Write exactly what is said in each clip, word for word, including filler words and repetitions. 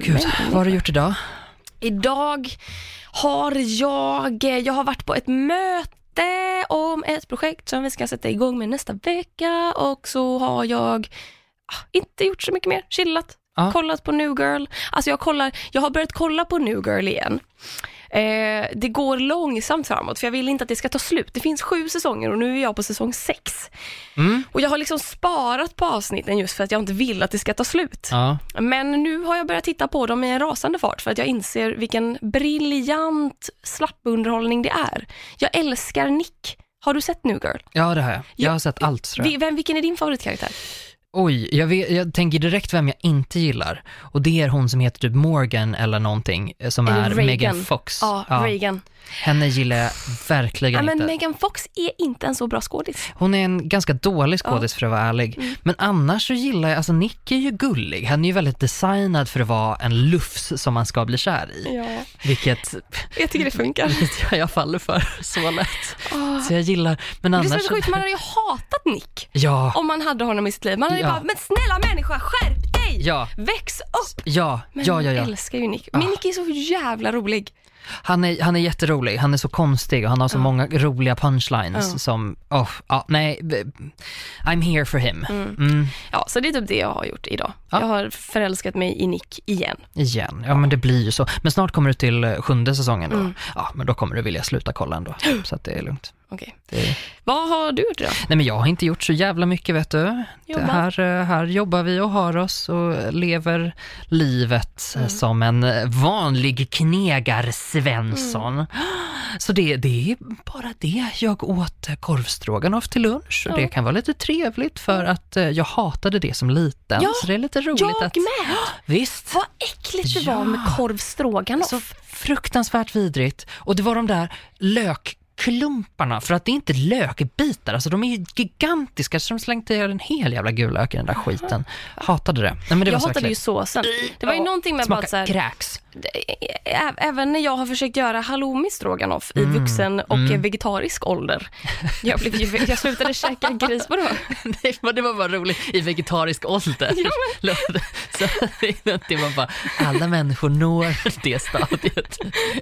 Gud, människa. vad har du gjort idag? Idag har jag Jag har varit på ett möte om ett projekt som vi ska sätta igång med nästa vecka. Och så har jag ah, inte gjort så mycket mer. Chillat, Ja. kollat på New Girl. Alltså jag kollar, jag har börjat kolla på New Girl igen. Eh, det går långsamt framåt för jag vill inte att det ska ta slut. Det finns sju säsonger och nu är jag på säsong sex. Mm. Och jag har liksom sparat på avsnitten just för att jag inte vill att det ska ta slut. Ja. Men nu har jag börjat titta på dem i en rasande fart för att jag inser vilken briljant slappunderhållning det är. Jag älskar Nick. Har du sett New Girl? ja, det har jag. Jag har sett allt, tror jag. Vi- Vem, vilken är din favoritkaraktär? Oj, jag, vet, jag tänker direkt vem jag inte gillar. Och det är hon som heter typ Morgan eller någonting, som Eller är Reagan. Megan Fox. Ja, Reagan. Henne gillar jag verkligen Ja, men inte. Megan Fox är inte en så bra skådis. Hon är en ganska dålig skådis, för att vara ärlig. Mm. Men annars så gillar jag, alltså Nick är ju gullig. Han är ju väldigt designad för att vara en lufs som man ska bli kär i. Ja, Vilket jag tycker det funkar. jag, jag faller för så lätt. Oh. Så jag gillar, men Det är annars... så sjukt, man hade ju hatat Nick Ja, om man hade honom i sitt liv. Man hade ju Ja. bara, men snälla människa, skärp dig! ja, Väx upp! ja, Men ja, ja, jag ja. älskar ju Nick. Men Ah. Nick är så jävla rolig. Han är, han är jätterolig, han är så konstig och han har så Ja. många roliga punchlines Ja. som, oh, ja, nej, b- I'm here for him. Mm. Mm, Ja, så det är typ det jag har gjort idag. Ja. Jag har förälskat mig i Nick igen. igen, ja men det blir ju så. Men snart kommer du till eh, sjunde säsongen då. Mm. Ja, men då kommer du vilja sluta kolla ändå, så att det är lugnt. Okej. Det... Vad har du gjort idag? Nej, men jag har inte gjort så jävla mycket, vet du. Det Jobba. här, eh, här jobbar vi och har oss och lever livet eh, Mm. som en vanlig knegar-Svensson. Mm. Så det, det är bara det. Jag åt eh, korvstroganoff till lunch och Ja. det kan vara lite trevligt för att eh, jag hatade det som liten. Ja, så det är lite roligt Jag att... med! Visst. Vad äckligt det Ja. var med korvstroganoff. Så fruktansvärt vidrigt. Och det var de där lökklumparna, för att det är inte lökbitar, alltså de är ju gigantiska, så de slängde en hel jävla gul lök i den där skiten. Hatade det. Nej, men det jag var så hatade ju äckligt. såsen. Det var ju Ja, någonting med Smaka bara så här, kräks. ä- även när jag har försökt göra halloumi stroganoff i Mm, vuxen och mm. vegetarisk ålder. Jag, blev, ju- jag slutade käka gris på det. Nej, men det var bara roligt i vegetarisk ålder. Så det var bara, alla människor når det stadiet.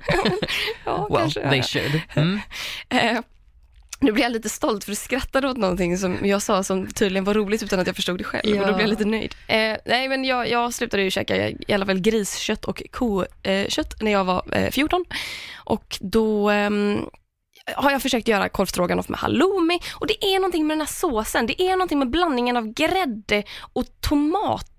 Ja, Well, kanske. they should. Mm. Eh, nu blir jag lite stolt för du skrattade åt någonting som jag sa som tydligen var roligt utan att jag förstod det själv. Ja. Och då blev jag lite nöjd. Eh, nej, men jag, jag slutade ju käka i alla fall griskött och kokött när jag var eh, fjorton. Och då ehm, har jag försökt göra korvstroganoff med halloumi. Och det är någonting med den här såsen. Det är någonting med blandningen av grädde och tomat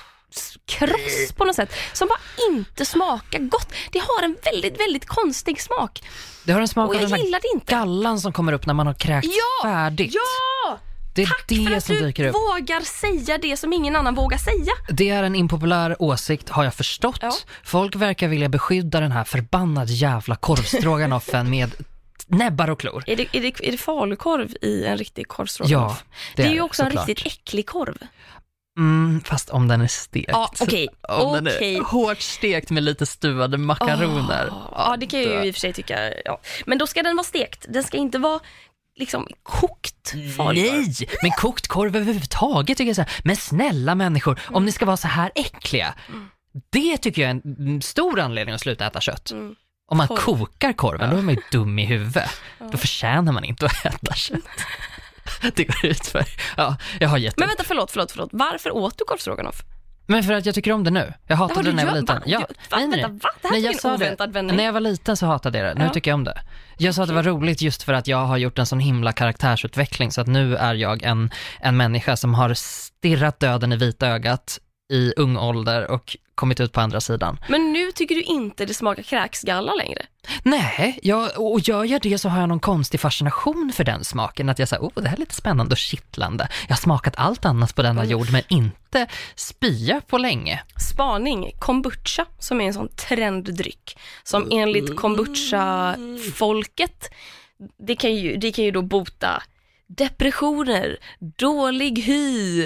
kross på något sätt som bara inte smakar gott. Det har en väldigt, väldigt konstig smak. Det har en smak Och av jag den här gillar det inte. gallan som kommer upp när man har kräkt Ja! färdigt. Ja! Det är Tack det för att som du dyker upp. vågar säga det som ingen annan vågar säga. Det är en impopulär åsikt, har jag förstått. Ja. Folk verkar vilja beskydda den här förbannade jävla korvstroganoffen med näbbar och klor. Är det, är det, är det falukorv i en riktig korvstroganoff? Ja, det, det är är ju det, också en såklart. riktigt äcklig korv. Mm, fast om den är stekt. Ja, okej. Om den Okej. är hårt stekt med lite stuvade makaroner. Oh, ja, det kan jag ju i och för sig tycka. Ja. Men då ska den vara stekt. Den ska inte vara liksom kokt falukorv. Nej, men kokt korv överhuvudtaget tycker jag så här. Men snälla människor, Mm. om ni ska vara så här äckliga, det tycker jag är en stor anledning att sluta äta kött. Mm. Om man Korv. kokar korven, Ja. då är man ju dum i huvudet. Ja. Då förtjänar man inte att äta kött. Det går ut för. Ja, jag har gett Men upp. vänta, förlåt, förlåt, förlåt. Varför åt du korvstroganoff? Men för att jag tycker om det nu. Jag hatade Har det du när jag var gör- liten. va? Ja. Va? Nej, nej. Vänta, va? Det här Nej, är jag en sa oväntad det. vändning. När jag var liten så hatade jag det. Nu Ja. tycker jag om det. Jag sa att det var roligt just för att jag har gjort en sån himla karaktärsutveckling, så att nu är jag en, en människa som har stirrat döden i vita ögat i ung ålder och kommit ut på andra sidan. Men nu tycker du inte det smakar kräksgalla längre? Nej, jag, och gör jag det så har jag någon konstig fascination för den smaken. Att jag säger, oh, det här är lite spännande och kittlande. Jag har smakat allt annat på denna Mm. jord, men inte spya på länge. Spaning, kombucha, som är en sån trenddryck som enligt kombucha-folket det kan ju, det kan ju då bota depressioner, dålig hy,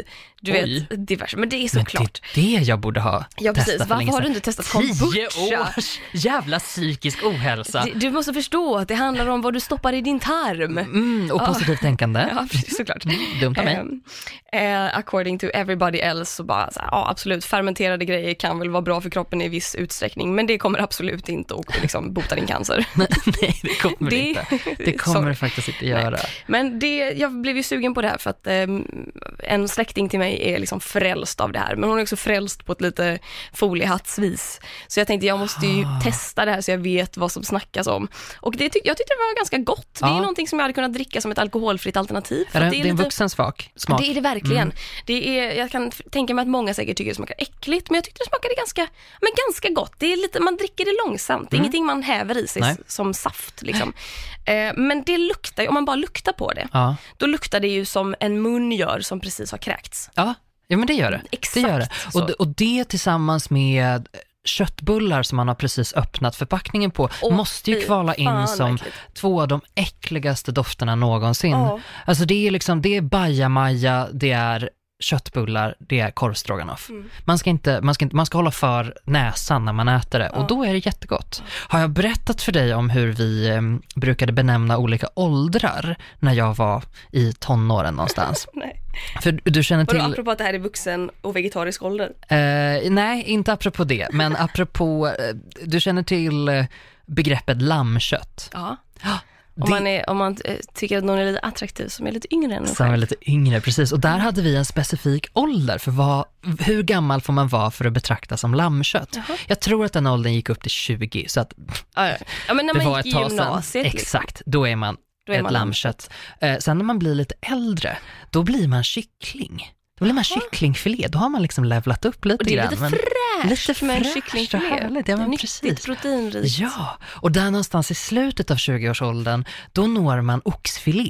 du Oj. vet, diverse. Men det är såklart. Men det är det jag borde ha Ja, precis. testat för Varför länge har du sedan. inte testat Tio kombucha? års jävla psykisk ohälsa. Du, du måste förstå att det handlar om vad du stoppar i din tarm. Mm, och positivt tänkande. Ja, precis, såklart. Dumt av mig. Um, uh, according to everybody else så bara, så här, ja absolut, fermenterade grejer kan väl vara bra för kroppen i viss utsträckning, men det kommer absolut inte att liksom, bota din cancer. Nej, det kommer det, inte. Det kommer Sorry. det faktiskt inte göra. Nej. Men det, jag blev ju sugen på det här för att um, en släkting till mig är liksom frälst av det här, men hon är också frälst på ett lite foliehattsvis. Så jag tänkte jag måste ju ah. testa det här så jag vet vad som snackas om. Och det ty- jag tyckte det var ganska gott. Det är Ja. någonting som jag hade kunnat dricka som ett alkoholfritt alternativ. För Är det, att det är en lite... vuxen smak. smak. Det är det verkligen. Mm. Det är, jag kan f- tänka mig att många säkert tycker det smakar äckligt, men jag tyckte det smakade ganska, men ganska gott. Det är lite, man dricker det långsamt. Det är Mm. ingenting man häver i sig Nej. s- som saft. Liksom. Eh, men det luktar, om man bara luktar på det, Ja. då luktar det ju som en mun gör som precis har kräkts. Ja. ja, men det gör det. Exakt. Det gör det. så. Och, det- och det tillsammans med köttbullar som man har precis öppnat förpackningen på Åh, måste ju fy kvala in fan, som verkligen. två av de äckligaste dofterna någonsin. Ja. Alltså det är liksom, det är bajamaja, det är köttbullar, det är korvstroganoff. Mm. Man ska inte, man ska inte, man ska hålla för näsan när man äter det, Ja. och då är det jättegott. Har jag berättat för dig om hur vi eh, brukade benämna olika åldrar när jag var i tonåren någonstans? Nej. För du känner Vadå, till... apropå att det här är vuxen och vegetarisk ålder? Eh, nej, inte apropå det, men apropå, eh, du känner till eh, begreppet lammkött. Ja. Det, Om man, är, om man eh, tycker att någon är lite attraktiv som är lite yngre än en som är själv. lite yngre, precis. Och där hade vi en specifik ålder för vad, hur gammal får man vara för att betraktas som lammkött. Jaha. Jag tror att den åldern gick upp till tjugo, så att Ja, ja. Ja, men när det man var gick ett i tag sedan. gymnasiet. liksom. Exakt, då är man Då är ett man lammkött. Eh, sen när man blir lite äldre, då blir man kyckling. Då blir man kycklingfilé. Då har man liksom levlat upp lite Och det är grann. lite men- fräscht lite med en fräscht, kycklingfilé. härligt. Ja, men Nyttigt, precis. proteinrikt. Ja, och där någonstans i slutet av tjugoårsåldern, då når man oxfilé.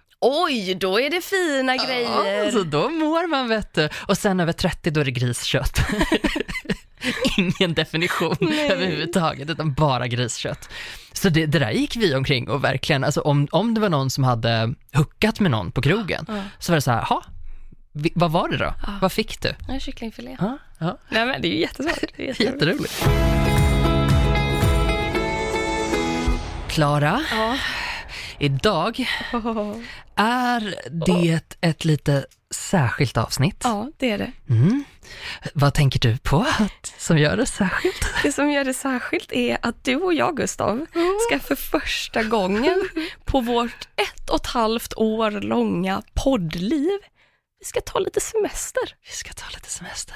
Oj, då är det fina grejer. Ja, så då mår man, vet du. Och sen över trettio, då är det griskött. Ingen definition Nej. överhuvudtaget, utan bara griskött. Så det, det där gick vi omkring och verkligen, alltså om, om det var någon som hade huckat med någon på krogen, Ja. så var det så här, ha, vi, vad var det då? Ja. Vad fick du? Ja, kycklingfilé. Ja, ja. Nej, men det är ju jättesvårt. Det är jätteroligt. Jätteroligt. Klara, Ja. idag är det ett lite särskilt avsnitt. Ja, det är det. Mm. Vad tänker du på att, som gör det särskilt? Det som gör det särskilt är att du och jag, Gustav, ska för första gången på vårt ett och ett halvt år långa poddliv, vi ska ta lite semester. Vi ska ta lite semester.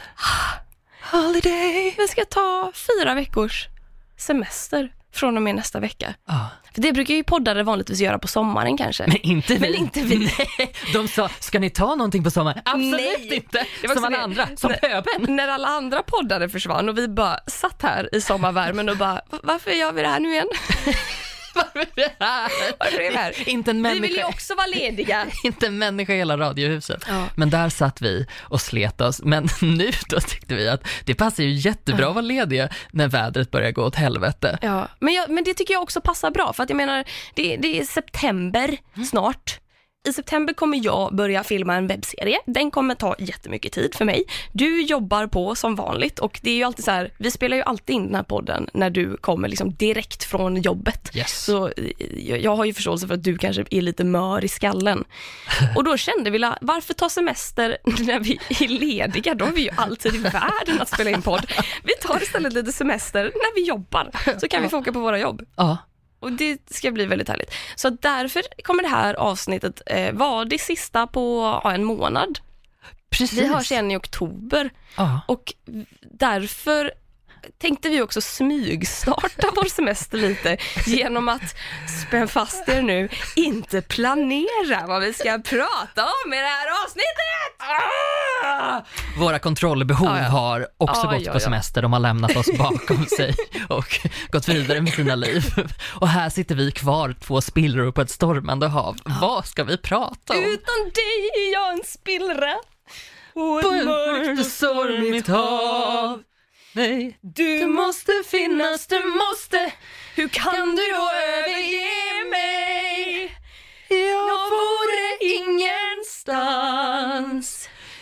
Holiday. Vi ska ta fyra veckors semester från och med nästa vecka. Ja. För det brukar ju poddare vanligtvis göra på sommaren kanske. Men inte vi. Men inte vi. Nej. De sa, ska ni ta någonting på sommaren? Absolut Nej. inte. Det var Som också alla det. andra, som Nej. pöben. När alla andra poddare försvann och vi bara satt här i sommarvärmen och bara, varför gör vi det här nu igen? Varför är det här? Varför är vi här? Inte en Vi vill ju människa. också vara lediga. Inte en människa i hela radiohuset. Ja. Men där satt vi och slet oss. Men nu då tyckte vi att det passar ju jättebra att vara lediga när vädret börjar gå åt helvete. Ja, men, jag, men det tycker jag också passar bra. För att jag menar, det, det är september snart. I september kommer jag börja filma en webbserie. Den kommer ta jättemycket tid för mig. Du jobbar på som vanligt och det är ju alltid så här, vi spelar ju alltid in den här podden när du kommer liksom direkt från jobbet. Yes. Så jag, jag har ju förståelse för att du kanske är lite mör i skallen. Och då kände vi, varför ta semester när vi är lediga? Då har vi ju alltid i världen att spela in podd. Vi tar istället lite semester när vi jobbar. Så kan vi få åka på våra jobb. Ja. Och det ska bli väldigt härligt. Så därför kommer det här avsnittet eh, vara det sista på ja, en månad. Precis. Vi hörs igen i oktober. Ja. Och därför tänkte vi också smygstarta vår semester lite genom att spänna fast er nu, inte planera vad vi ska prata om i det här avsnittet. Ah! Våra kontrollbehov Ja, ja. har också Ja, gått ja, på ja. semester. De har lämnat oss bakom sig och gått vidare med sina liv. Och här sitter vi kvar, två spillror på ett stormande hav. Vad ska vi prata om? Utan dig är jag en spillra på På ett ett mörkt och stormigt hav. Nej. Du måste finnas, du måste. Hur kan du då överge mig? Jag vore ingenstans. Jag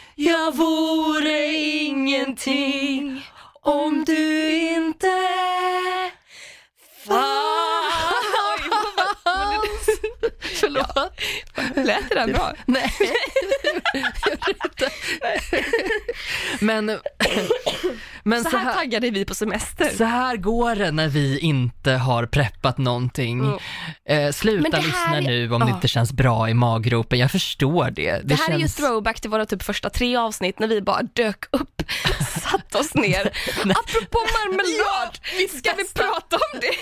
Jag vore ingenting om du inte fanns. Förlåt. Lät det där bra? Nej. men men så, så här här taggade vi på semester. Så här går det när vi inte har preppat någonting. Mm. Eh, sluta lyssna är... nu om oh. det inte känns bra i maggropen. Jag förstår det. Det, det här känns... är ju throwback till våra typ första tre avsnitt när vi bara dök upp, satt oss ner. Apropå marmelad, ja, ska vi prata om det?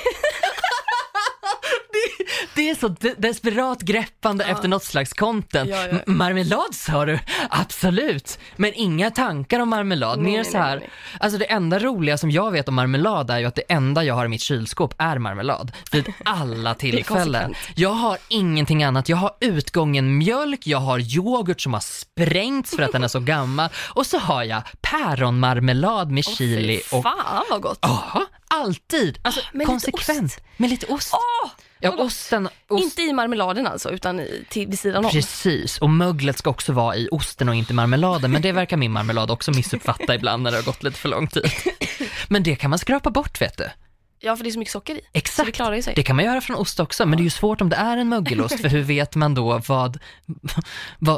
det, det är så de- desperat greppande ja. efter något slags content. Ja, ja. M- marmelad sa du? Absolut. Men inga tankar om marmelad. Nej, Mer nej, så här. Nej, nej. Alltså det enda roliga som jag vet om marmelad är ju att det enda jag har i mitt kylskåp är marmelad. Vid alla tillfällen. Jag har ingenting annat. Jag har utgången mjölk. Jag har yoghurt som har sprängts för att den är så gammal. Och så har jag päronmarmelad med oh, chili. Och... Fan vad gott. Ja, alltid. Alltså med konsekvent. Lite med lite ost. Oh, ja, osten, ost. Inte i marmeladen alltså, utan i, till, vid sidan om. Precis, och möglet ska också vara i osten och inte marmeladen. Men det verkar min marmelad också missuppfatta ibland när det har gått lite för lång tid. Men det kan man skrapa bort, vet du. Ja, för det är så mycket socker i. Exakt, så det klarar sig. Det kan man göra från ost också. Men det är ju svårt om det är en mögelost. För hur vet man då vad... vad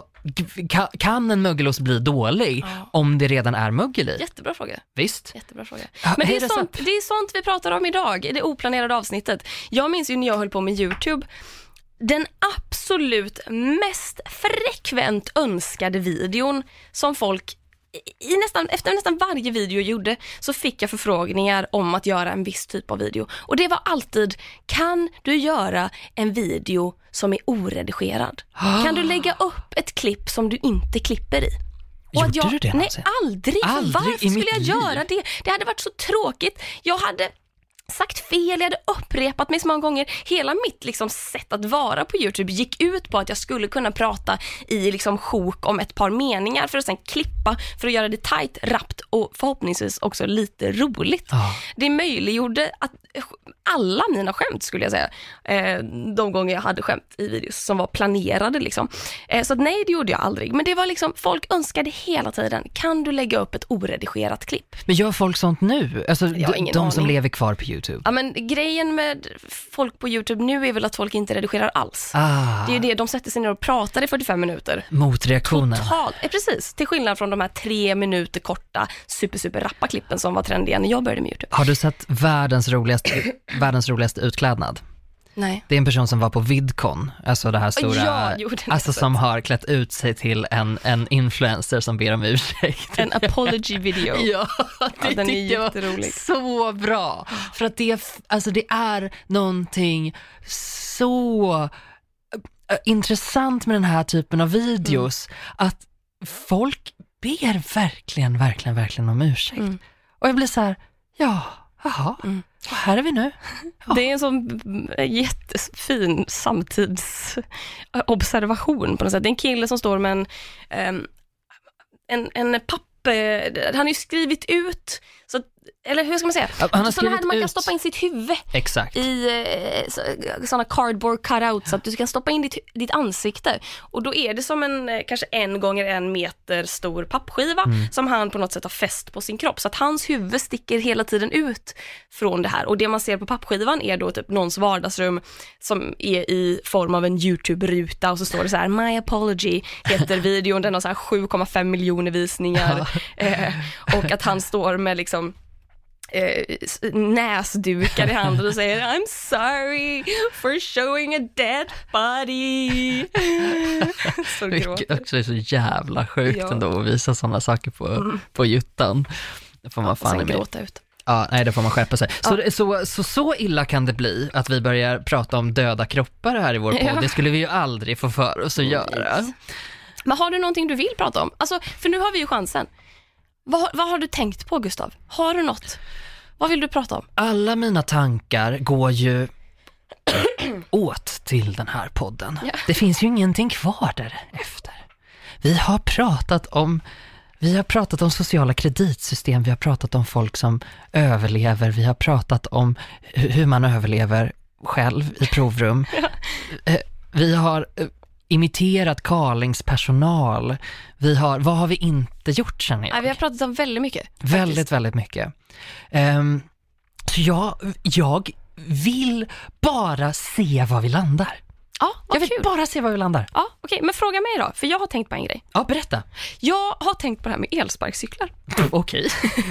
kan en mögelost bli dålig ja. om det redan är mögel i? Jättebra fråga. Visst. Jättebra fråga. Men det är, sånt, det är sånt vi pratar om idag i det oplanerade avsnittet. Jag minns ju när jag höll på med YouTube. Den absolut mest frekvent önskade videon som folk i nästan, efter nästan varje video jag gjorde så fick jag förfrågningar om att göra en viss typ av video. Och det var alltid, kan du göra en video som är oredigerad? Ah. Kan du lägga upp ett klipp som du inte klipper i? Och Gjorde att jag, du det? Nej, aldrig. aldrig Varför skulle jag liv? göra det? Det hade varit så tråkigt. Jag hade... sagt fel, jag hade upprepat mig så många gånger. Hela mitt liksom, sätt att vara på YouTube gick ut på att jag skulle kunna prata i liksom, sjok om ett par meningar för att sen klippa, för att göra det tight, rappt och förhoppningsvis också lite roligt. Oh. Det möjliggjorde att alla mina skämt, skulle jag säga, eh, de gånger jag hade skämt i videos som var planerade liksom. Eh, så att, nej, det gjorde jag aldrig. Men det var liksom, folk önskade hela tiden, kan du lägga upp ett oredigerat klipp? Men gör folk sånt nu? Alltså d- de aning. som lever kvar på YouTube? Ja, men grejen med folk på YouTube nu är väl att folk inte redigerar alls. Ah. Det är ju det, de sätter sig ner och pratar i fyrtiofem minuter. Motreaktionen. Totalt, eh, precis. Till skillnad från de här tre minuter korta, super, super rappa klippen som var trendiga när jag började med YouTube. Har du sett världens roligaste, världens roligaste utklädnad? Nej. Det är en person som var på VidCon, alltså det här stora, ja, jo, alltså som har klätt ut sig till en, en influencer som ber om ursäkt. En apology video. Ja, det ja, den är jätterolig. Så bra. För att det, alltså det är någonting så äh, intressant med den här typen av videos. Mm. Att folk ber verkligen, verkligen, verkligen om ursäkt. Mm. Och jag blir så här, ja, jaha. Mm. Och här är vi nu. Ja. Det är en sån jättefin samtidsobservation på något sätt. Det är en kille som står med en, um, en, en papper. Han har ju skrivit ut, så, eller hur ska man säga? Ja, han har så här man kan ut. stoppa in sitt huvud. Exakt. I eh, så, såna cardboard cutouts så att du kan stoppa in ditt, ditt ansikte. Och då är det som en kanske en gånger en meter stor pappskiva mm. som han på något sätt har fäst på sin kropp. Så att hans huvud sticker hela tiden ut från det här. Och det man ser på pappskivan är då typ någons vardagsrum som är i form av en YouTube-ruta. Och så står det så här, My Apology heter videon. Den har så här sju komma fem miljoner visningar. eh, och att han står med liksom Eh, näsdukar i handen och säger I'm sorry for showing a dead body. Så Vilket också är så jävla sjukt ja. ändå att visa sådana saker på, mm. på juttan. Det får man ja, fan och sen gråta ut. Ja, nej, det får man skärpa sig. Ja. Så, så, så, så illa kan det bli att vi börjar prata om döda kroppar här i vår podd. Ja. Det skulle vi ju aldrig få för oss att mm. göra. Men har du någonting du vill prata om? Alltså, för nu har vi ju chansen. Vad, vad har du tänkt på, Gustav? Har du något? Vad vill du prata om? Alla mina tankar går ju åt till den här podden. Ja. Det finns ju ingenting kvar därefter. Vi har pratat om vi har pratat om sociala kreditsystem, vi har pratat om folk som överlever, vi har pratat om hur man överlever själv i provrum. Ja. Vi har imiterat Carlings-personal. Vi har, vad har vi inte gjort, känner jag? Ja, vi har pratat om väldigt mycket. Faktiskt. Väldigt, väldigt mycket. Um, så jag, jag vill bara se var vi landar. Ja, vad jag vill kul. bara se var vi landar. Ja, okej, men fråga mig då, för jag har tänkt på en grej. Ja, berätta. Jag har tänkt på det här med elsparkcyklar. Okej.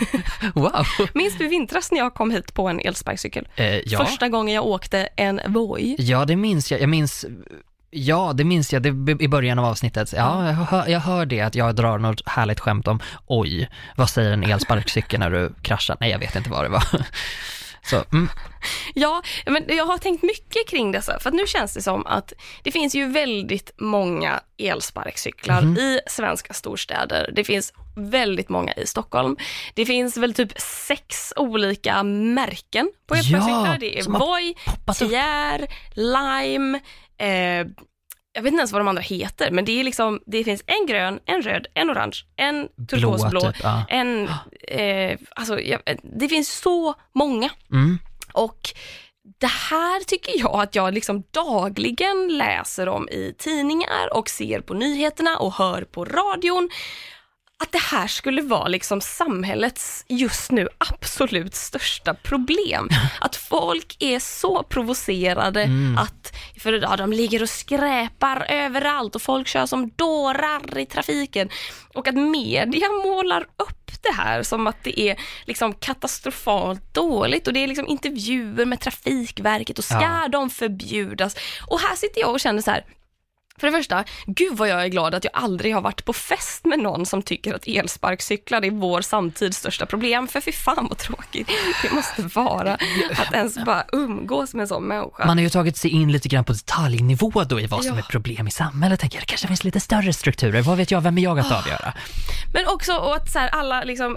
Wow. Minns du vintras när jag kom hit på en elsparkcykel? Eh, ja. Första gången jag åkte en Voi. Ja, det minns jag. Jag minns... Ja, det minns jag det, i början av avsnittet. Ja, jag hör, jag hör det att jag drar något härligt skämt om oj, vad säger en elsparkcykel när du kraschar? Nej, jag vet inte vad det var. Så, mm. Ja, men jag har tänkt mycket kring dessa. För att nu känns det som att det finns ju väldigt många elsparkcyklar mm. i svenska storstäder. Det finns väldigt många i Stockholm. Det finns väl typ sex olika märken på elsparkcyklar. Ja, det är Voi, Tier, Lime, eh, jag vet inte ens vad de andra heter, men det är liksom, det finns en grön, en röd, en orange, en turkosblå, typ, ja. en eh, alltså, ja, det finns så många. Mm. Och det här tycker jag att jag liksom dagligen läser om i tidningar och ser på nyheterna och hör på radion. Att det här skulle vara liksom samhällets just nu absolut största problem. Att folk är så provocerade mm. att för ja, de ligger och skräpar överallt och folk kör som dårar i trafiken. Och att media målar upp det här som att det är liksom katastrofalt dåligt. Och det är liksom intervjuer med Trafikverket och ska ja. de förbjudas? Och här sitter jag och känner så här. För det första, gud vad jag är glad att jag aldrig har varit på fest med någon som tycker att elsparkcyklar är vår samtids största problem. För fy fan vad tråkigt det måste vara att ens bara umgås med en sån människa. Man har ju tagit sig in lite grann på detaljnivå då i vad som ja. är problem i samhället. Tänker jag, det kanske finns lite större strukturer. Vad vet jag, vem är jag att avgöra? Men också och att så här, alla liksom,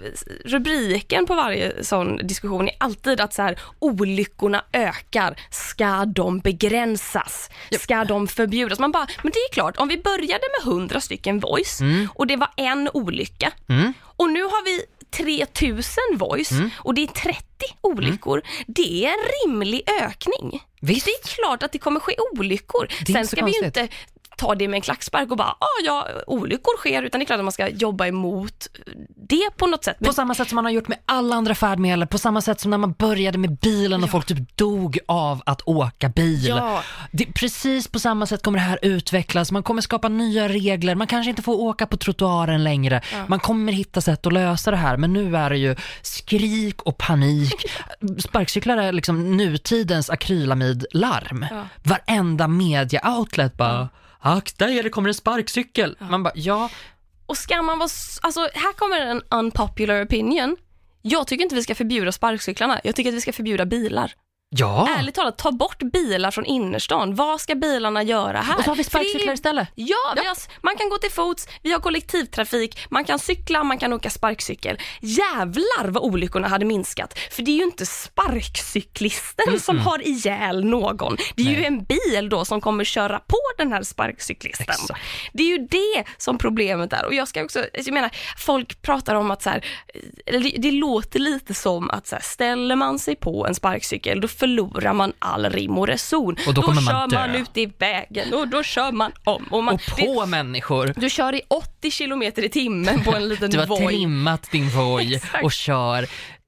rubriken på varje sån diskussion är alltid att så här, olyckorna ökar. Ska de begränsas? Ska de förbjudas? Man bara, men det är klart, om vi började med hundra stycken voice mm. och det var en olycka mm. och nu har vi tre tusen voice mm. och det är trettio olyckor, mm. det är en rimlig ökning. Visst. Det är klart att det kommer ske olyckor. Sen ska vi ju inte ta det med en klackspark och bara, ah, ja, olyckor sker, utan det är klart att man ska jobba emot det på något sätt. Men... På samma sätt som man har gjort med alla andra färdmedel, på samma sätt som när man började med bilen och ja. folk typ dog av att åka bil. Ja. Det, precis på samma sätt kommer det här utvecklas. Man kommer skapa nya regler. Man kanske inte får åka på trottoaren längre. Ja. Man kommer hitta sätt att lösa det här. Men nu är det ju skrik och panik. Sparkcyklar är liksom nutidens akrylamidlarm. Ja. Varenda media-outlet bara... Ja. Akta er, det kommer en sparkcykel. Ja. Man bara, ja. Och ska man vara... Alltså, här kommer en unpopular opinion. Jag tycker inte vi ska förbjuda sparkcyklarna. Jag tycker att vi ska förbjuda bilar. Ja. Ärligt talat, ta bort bilar från innerstan. Vad ska bilarna göra här? Och så har vi sparkcyklar istället. Ja, ja. Vi har, man kan gå till fots, vi har kollektivtrafik, man kan cykla, man kan åka sparkcykel. Jävlar vad olyckorna hade minskat. För det är ju inte sparkcyklisten mm -mm. som har ihjäl någon. Det är Nej. ju en bil då som kommer köra på den här sparkcyklisten. Exakt. Det är ju det som problemet är. Och jag ska också, jag menar, folk pratar om att så här, det, det låter lite som att så här, ställer man sig på en sparkcykel, då förlorar man all rim och reson. Och då, då kommer kör man, man ut i vägen och då kör man om. Och, man, och på det, människor. Du kör i åttio kilometer i timmen på en liten Voi. Du har Voi. trimmat din Voi och kör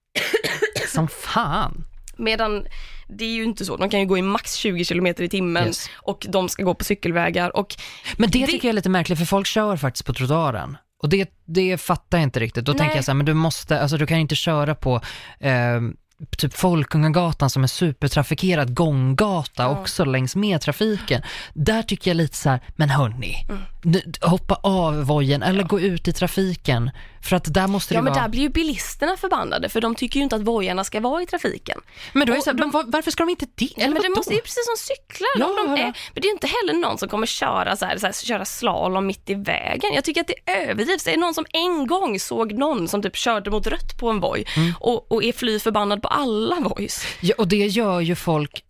som fan. Medan det är ju inte så. De kan ju gå i max tjugo kilometer i timmen yes. och de ska gå på cykelvägar. Och men det, det tycker jag är lite märkligt, för folk kör faktiskt på trottoaren. Och det, det fattar jag inte riktigt. Då Nej. tänker jag så här, men du måste, alltså du kan inte köra på... Eh, typ Folkungagatan som är supertrafikerad gånggata mm. också längs med trafiken. Där tycker jag lite så här, men hörni, mm. hoppa av vojen eller ja. gå ut i trafiken. För att där måste det Ja, men vara... där blir ju bilisterna förbannade, för de tycker ju inte att vojarna ska vara i trafiken. Men då är det så här, de... men var, varför ska de inte det? Ja, men det måste ju precis som cyklar. Ja, de ja. är, men det är ju inte heller någon som kommer köra så här, så här, köra slalom mitt i vägen. Jag tycker att det är överdrivs. Det är någon som en gång såg någon som typ körde mot rött på en Voi mm. och, och är fly förbannad på alla Voice. Ja, och det gör ju folk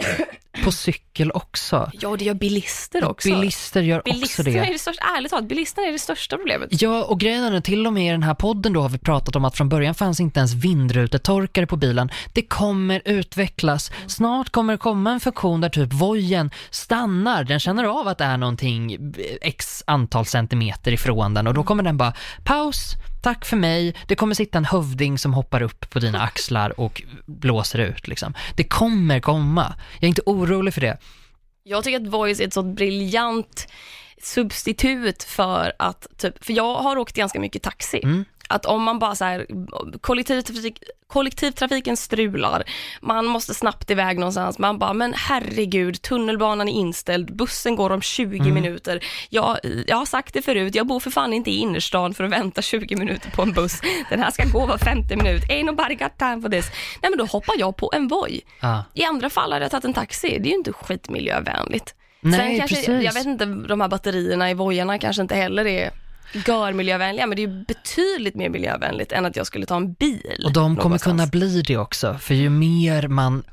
på cykel också. Ja, det gör bilister också. Bilister gör bilister också det. Är det största, ärligt talat, bilister är det största problemet. Ja, och grejen är till och med i den här podden då har vi pratat om att från början fanns inte ens vindrutetorkare på bilen. Det kommer utvecklas. Mm. Snart kommer det komma en funktion där typ vojen stannar. Den känner av att det är någonting x antal centimeter ifrån den och då kommer den bara, paus, tack för mig. Det kommer sitta en hövding som hoppar upp på dina axlar och blåser ut liksom. Det kommer komma. Jag är inte orolig för det. Jag tycker att Voice är ett sånt briljant substitut för att typ, för jag har åkt ganska mycket taxi. Mm. Att om man bara så här kollektivtrafik, kollektivtrafiken strular, man måste snabbt iväg någonstans, man bara, men herregud, tunnelbanan är inställd, bussen går om tjugo mm. minuter. Jag, jag har sagt det förut, jag bor för fan inte i innerstan för att vänta tjugo minuter på en buss. Den här ska gå var femtio minut. Ain't nobody got time for this. Nej, men då hoppar jag på en Voi. Ah. I andra fall hade jag tagit en taxi. Det är ju inte skitmiljövänligt. Nej, Sen kanske, precis. jag vet inte, de här batterierna i vojarna kanske inte heller är gör miljövänliga, men det är ju betydligt mer miljövänligt än att jag skulle ta en bil. Och de kommer någonstans. kunna bli det också, för ju mer man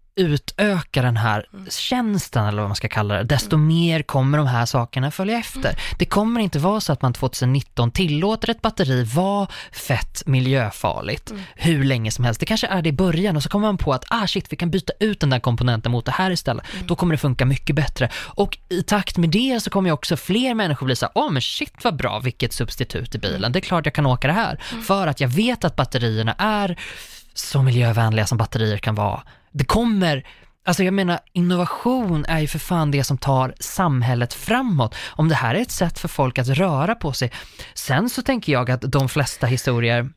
utökar den här mm. tjänsten eller vad man ska kalla det, desto mm. mer kommer de här sakerna följa efter. Mm. Det kommer inte vara så att man tjugonitton tillåter ett batteri vara fett miljöfarligt mm. hur länge som helst. Det kanske är det i början och så kommer man på att ah shit, vi kan byta ut den där komponenten mot det här istället. Mm. Då kommer det funka mycket bättre. Och i takt med det så kommer ju också fler människor bli så här, åh oh, men shit vad bra, vilket substitut i bilen. Mm. Det är klart jag kan åka det här. Mm. För att jag vet att batterierna är så miljövänliga som batterier kan vara. Det kommer, alltså jag menar, innovation är ju för fan det som tar samhället framåt. Om det här är ett sätt för folk att röra på sig. Sen så tänker jag att de flesta historier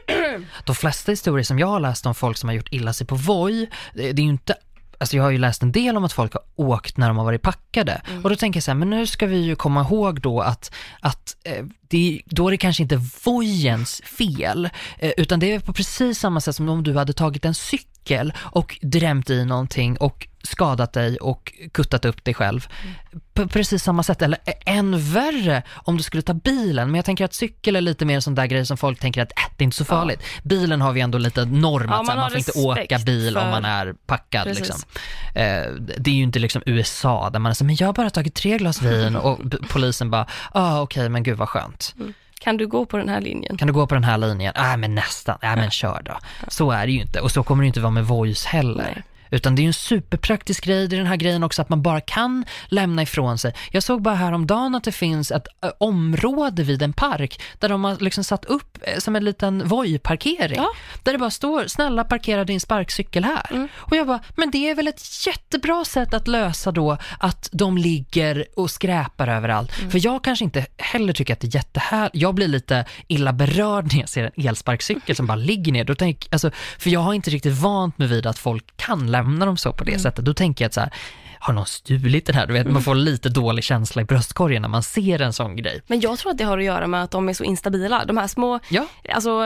de flesta historier som jag har läst om folk som har gjort illa sig på Voi, det är ju inte, alltså jag har ju läst en del om att folk har åkt när de har varit packade. Mm. Och då tänker jag så här, men nu ska vi ju komma ihåg då att, att eh, det, då är det kanske inte vojens fel, eh, utan det är på precis samma sätt som om du hade tagit en cykel och drämt i någonting och skadat dig och kuttat upp dig själv. Mm. På precis samma sätt, eller än värre om du skulle ta bilen. Men jag tänker att cykel är lite mer en sån där grej som folk tänker att äh, det är inte så farligt. Ja. Bilen har vi ändå lite normat, ja, man, man får inte åka bil för... om man är packad. Liksom. Eh, det är ju inte liksom U S A där man är så, men jag har bara tagit tre glas vin och polisen bara, ah okej, okay, men gud vad skönt. Mm. Kan du gå på den här linjen? Kan du gå på den här linjen? Nej, ah, men nästan. Nej, ah, men kör då. Så är det ju inte. Och så kommer det inte vara med Voice heller. Nej. Utan det är ju en superpraktisk grej, det är den här grejen också att man bara kan lämna ifrån sig. Jag såg bara häromdagen att det finns ett ö, område vid en park där de har liksom satt upp eh, som en liten Voi-parkering. Ja. Där det bara står, snälla parkera din sparkcykel här. Mm. Och jag bara, men det är väl ett jättebra sätt att lösa då att de ligger och skräpar överallt. Mm. För jag kanske inte heller tycker att det är jättehärligt. Jag blir lite illa berörd när jag ser en elsparkcykel som bara ligger ner. Då tänk, alltså, för jag har inte riktigt vant mig vid att folk kan lämna dem så på det mm. sättet. Då tänker jag att så här, har någon stulit den här? Du vet, man får lite dålig känsla i bröstkorgen när man ser en sån grej. Men jag tror att det har att göra med att de är så instabila. De här små, ja. alltså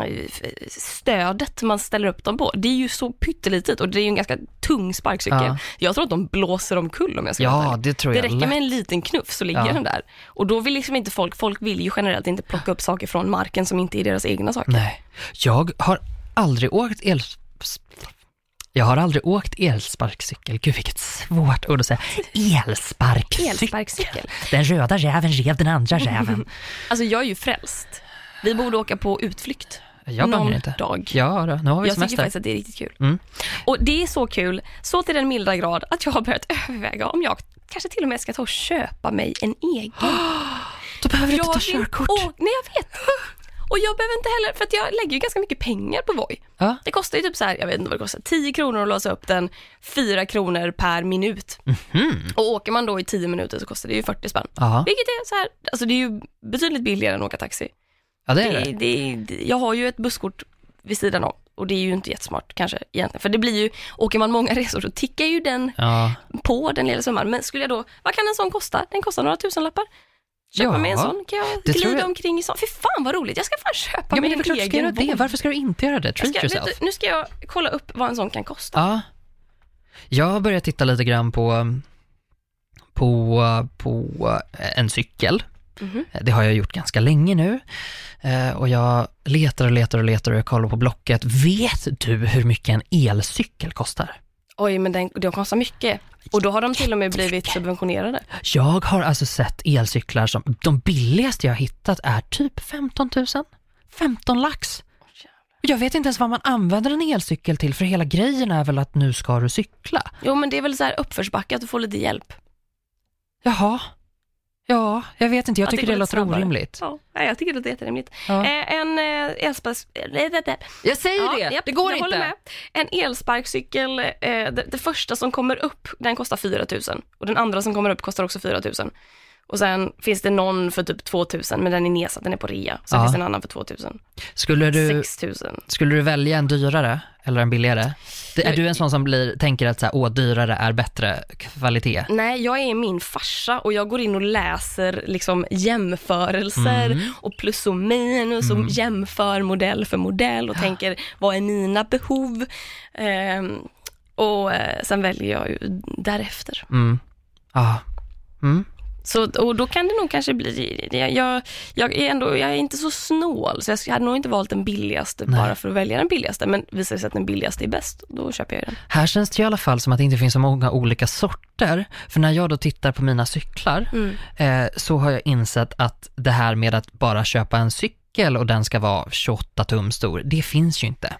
stödet man ställer upp dem på, det är ju så pyttelitet och det är ju en ganska tung sparkcykel. Ja. Jag tror att de blåser omkull om jag ska Ja, det tror jag. Det räcker lätt. Med en liten knuff så ligger ja. Den där. Och då vill liksom inte folk, folk vill ju generellt inte plocka upp saker från marken som inte är deras egna saker. Nej. Jag har aldrig åkt el Jag har aldrig åkt elsparkcykel. Gud, vilket svårt ord att säga. Elsparkcykel. Elsparkcykel. Den röda räven rev den andra räven. Alltså, jag är ju frälst. Vi borde åka på utflykt. Jag någon inte. dag. Ja, då, nu har vi jag semester. tycker faktiskt att det är riktigt kul. Mm. Och det är så kul, så till den milda grad att jag har börjat överväga om jag kanske till och med ska ta och köpa mig en egen. Då behöver du jag inte ta körkort. Å- Nej, jag vet. Och jag behöver inte heller, för att jag lägger ju ganska mycket pengar på Voi. Ja. Det kostar ju typ så här, jag vet inte vad det kostar, tio kronor att låsa upp den, fyra kronor per minut. Mm-hmm. Och åker man då i tio minuter så kostar det ju fyrtio spänn. Aha. Vilket är så här, alltså det är ju betydligt billigare än att åka taxi. Ja, det är det. det, det, det jag har ju ett busskort vid sidan av. Och det är ju inte jättesmart kanske egentligen. För det blir ju, åker man många resor så tickar ju den ja. På den lilla summan. Men skulle jag då, vad kan en sån kosta? Den kostar några tusenlappar. Köpa ja, med en sån, kan jag glida jag... omkring i sån. Fy fan vad roligt, jag ska fan köpa ja, mig en egen det. Varför ska du inte göra det? Treat ska, yourself. Du, nu ska jag kolla upp vad en sån kan kosta. Ja. Jag har börjat titta lite grann på på, på en cykel. Mm-hmm. Det har jag gjort ganska länge nu. Och jag letar och letar och letar och jag kollar på Blocket. Vet du hur mycket en elcykel kostar? Oj, men den, de kostar mycket. Och då har de till och med blivit subventionerade. Jag har alltså sett elcyklar som, de billigaste jag har hittat är typ femton tusen. femton lax. Jag vet inte ens vad man använder en elcykel till, för hela grejen är väl att nu ska du cykla. Jo, men det är väl så här uppförsbacke att du får lite hjälp. Jaha. Ja, jag vet inte. Jag, jag tycker det låter snabbare. orimligt. Ja, jag tycker det låter jätterimligt. Ja. Eh, en eh, elspark... Jag säger Ja, det. japp, det går jag håller inte. med. En elsparkcykel, eh, det, det första som kommer upp, den kostar fyra tusen. Och den andra som kommer upp kostar också fyra tusen. Och sen finns det någon för typ två tusen, men den är nedsatt, den är på rea. Sen Ja. finns det en annan för två tusen. Skulle du, sex tusen. skulle du välja en dyrare eller en billigare? Det, är du en sån som blir, tänker att så här, åh, dyrare är bättre kvalitet? Nej, jag är min farsa och jag går in och läser liksom jämförelser Mm. och plus och minus och Mm. jämför modell för modell och tänker, vad är mina behov? Ehm, och eh, sen väljer jag ju därefter. Mm. Ja. Mm. Så, och då kan det nog kanske bli, jag, jag, jag är ändå, jag är inte så snål, så jag hade nog inte valt den billigaste. Nej. Bara för att välja den billigaste, men visar det sig att den billigaste är bäst, då köper jag den. Här känns det i alla fall som att det inte finns så många olika sorter. För när jag då tittar på mina cyklar Mm. eh, så har jag insett att det här med att bara köpa en cykel och den ska vara tjugoåtta tum stor, det finns ju inte.